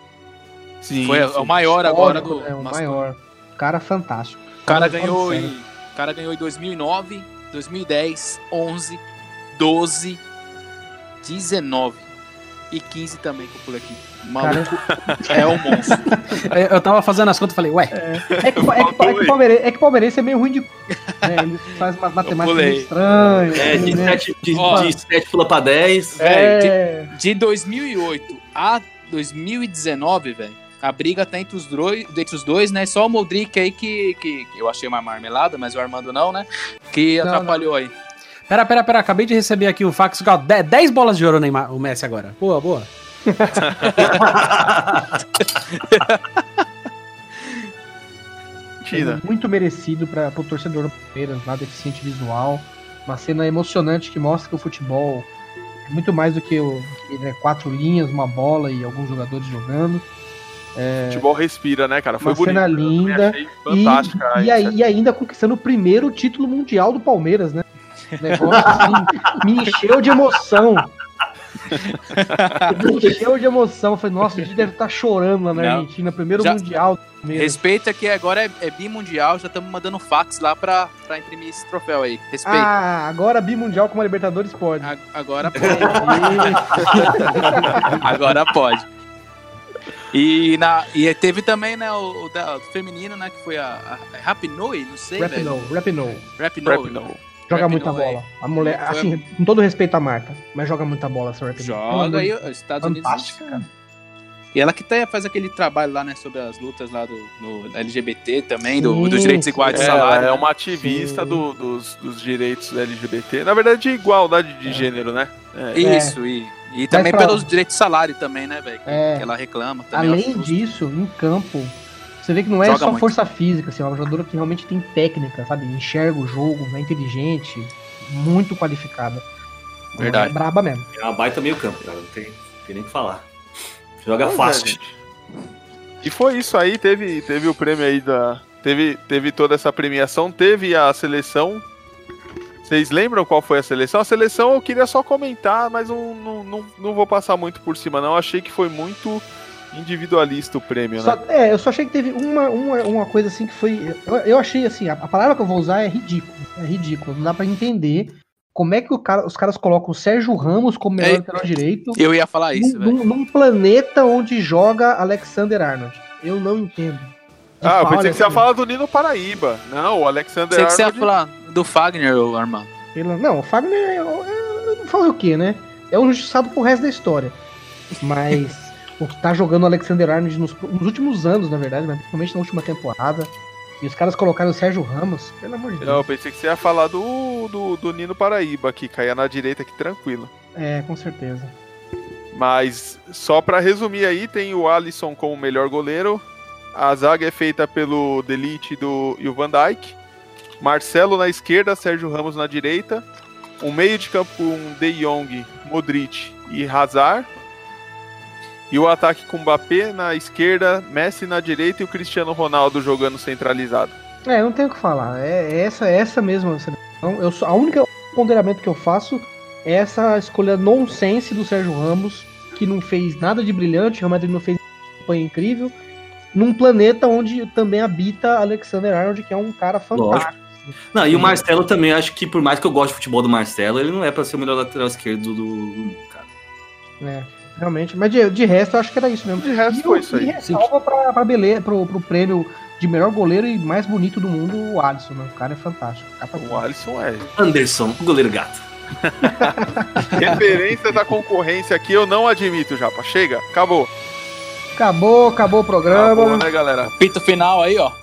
Sim. Foi o maior agora do. É o maior. Cara fantástico. O cara ganhou em 2009, 2010, 11. 12, 19 e 15 também que eu pulei aqui. O maluco é um monstro. Eu tava fazendo as contas e falei, ué. É que o palmeirense é meio ruim de. Ele faz uma matemática meio estranha. De 7 pula pra 10. De 2008 a 2019, velho, a briga tá entre os dois, né? Só o Modric aí que eu achei uma marmelada, mas o Armando não, né? Que atrapalhou aí. Pera, acabei de receber aqui o fax, 10 bolas de ouro, Neymar, o Messi agora. Boa. Tira. Muito merecido para o torcedor do Palmeiras, lá deficiente visual. Uma cena emocionante que mostra que o futebol é muito mais do que 4 linhas, uma bola e alguns jogadores jogando. O futebol respira, né, cara? Foi uma bonito. Cena linda. Fantástica. E ainda conquistando o primeiro título mundial do Palmeiras, né? O negócio assim, me encheu de emoção. Me encheu de emoção. Eu falei, nossa, a gente deve estar chorando lá na Argentina, primeiro mundial do Palmeiras. Respeita que agora é bimundial, já estamos mandando fax lá pra imprimir esse troféu aí. Respeita. Ah, agora bimundial como a Libertadores pode. Agora pode. Agora pode. E teve também, né, o feminino, né, que foi a Rapinoe, não sei, Rapinoe. Joga muita bola. A mulher, assim, com todo respeito à marca, mas joga muita bola essa Rapinoe. Joga aí, os Estados Unidos. Fantástica, cara. E ela que faz aquele trabalho lá, né, sobre as lutas lá no LGBT também, dos direitos iguais de salário. Ela é uma ativista dos direitos LGBT, na verdade de igualdade de gênero, né? Isso, e também pelos direitos de salário também, né, velho? Que ela reclama também. Além disso, em campo, você vê que não é só força física, assim, é uma jogadora que realmente tem técnica, sabe? Enxerga o jogo, é inteligente, muito qualificada. Verdade. É braba mesmo. É uma baita meio campo, cara, não tem nem o que falar. Joga fácil. E foi isso aí, teve o prêmio aí teve toda essa premiação, teve a seleção. Vocês lembram qual foi a seleção? A seleção eu queria só comentar, mas não vou passar muito por cima, não. Eu achei que foi muito individualista o prêmio, né? Eu só achei que teve uma coisa assim que foi... Eu achei assim, a palavra que eu vou usar é ridículo. É ridículo, não dá pra entender como é que os caras colocam o Sérgio Ramos como melhor lateral direito. Eu ia falar isso, velho. Num planeta onde joga Alexander-Arnold. Eu não entendo. Eu pensei que você ia falar do Nino Paraíba. Não, o Alexander Arnold... Você ia falar do Fagner, Armando. Não, o Fagner... Eu não falei o quê, né? É um injustiçado pro resto da história. Mas... o que tá jogando o Alexander-Arnold nos últimos anos, na verdade, mas principalmente na última temporada. E os caras colocaram o Sérgio Ramos, pelo amor de Deus. Eu pensei que você ia falar do Nino Paraíba, que caía na direita aqui tranquilo. Com certeza. Mas, só pra resumir aí, tem o Alisson como melhor goleiro. A zaga é feita pelo De Ligt e o Van Dijk. Marcelo na esquerda, Sérgio Ramos na direita. Um meio de campo com De Jong, Modric e Hazard. E o ataque com Mbappé na esquerda, Messi na direita e o Cristiano Ronaldo jogando centralizado. Não tem o que falar. É essa mesma seleção. A única ponderamento que eu faço é essa escolha nonsense do Sérgio Ramos, que não fez nada de brilhante, o Real Madrid não fez uma campanha incrível, num planeta onde também habita Alexander-Arnold, que é um cara fantástico. Não, e o Marcelo também, acho que por mais que eu goste de futebol do Marcelo, ele não é pra ser o melhor lateral esquerdo do cara. Realmente, mas de resto eu acho que era isso mesmo. De resto foi isso aí. E ressalva pro prêmio de melhor goleiro e mais bonito do mundo, o Alisson, né? O cara é fantástico. O Alisson é. Anderson, goleiro gato. Referência da concorrência aqui eu não admito, Japa. Chega, acabou. Acabou o programa. Acabou, né, galera? Pito final aí, ó.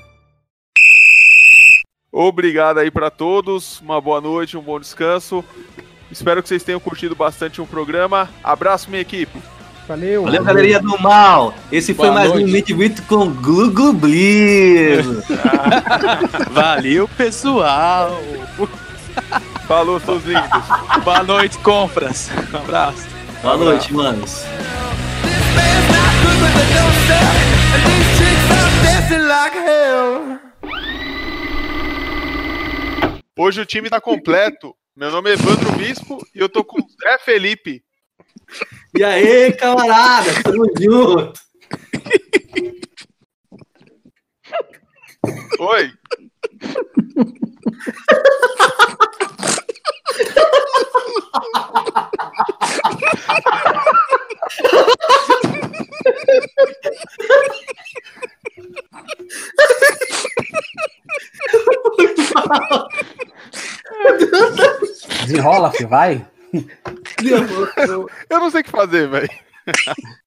Obrigado aí pra todos. Uma boa noite, um bom descanso. Espero que vocês tenham curtido bastante o programa. Abraço, minha equipe. Valeu, galerinha do mal. Esse foi mais um Meet Muito com Glu Glu Blizz. Valeu, pessoal. Falou, seus lindos. Boa noite, compras. Um abraço. Boa noite, manos. Hoje o time tá completo. Meu nome é Evandro Bispo e eu tô com o Zé Felipe. E aí, camarada? Tamo junto. Oi. Desenrola, filho, vai. Eu não sei o que fazer, velho.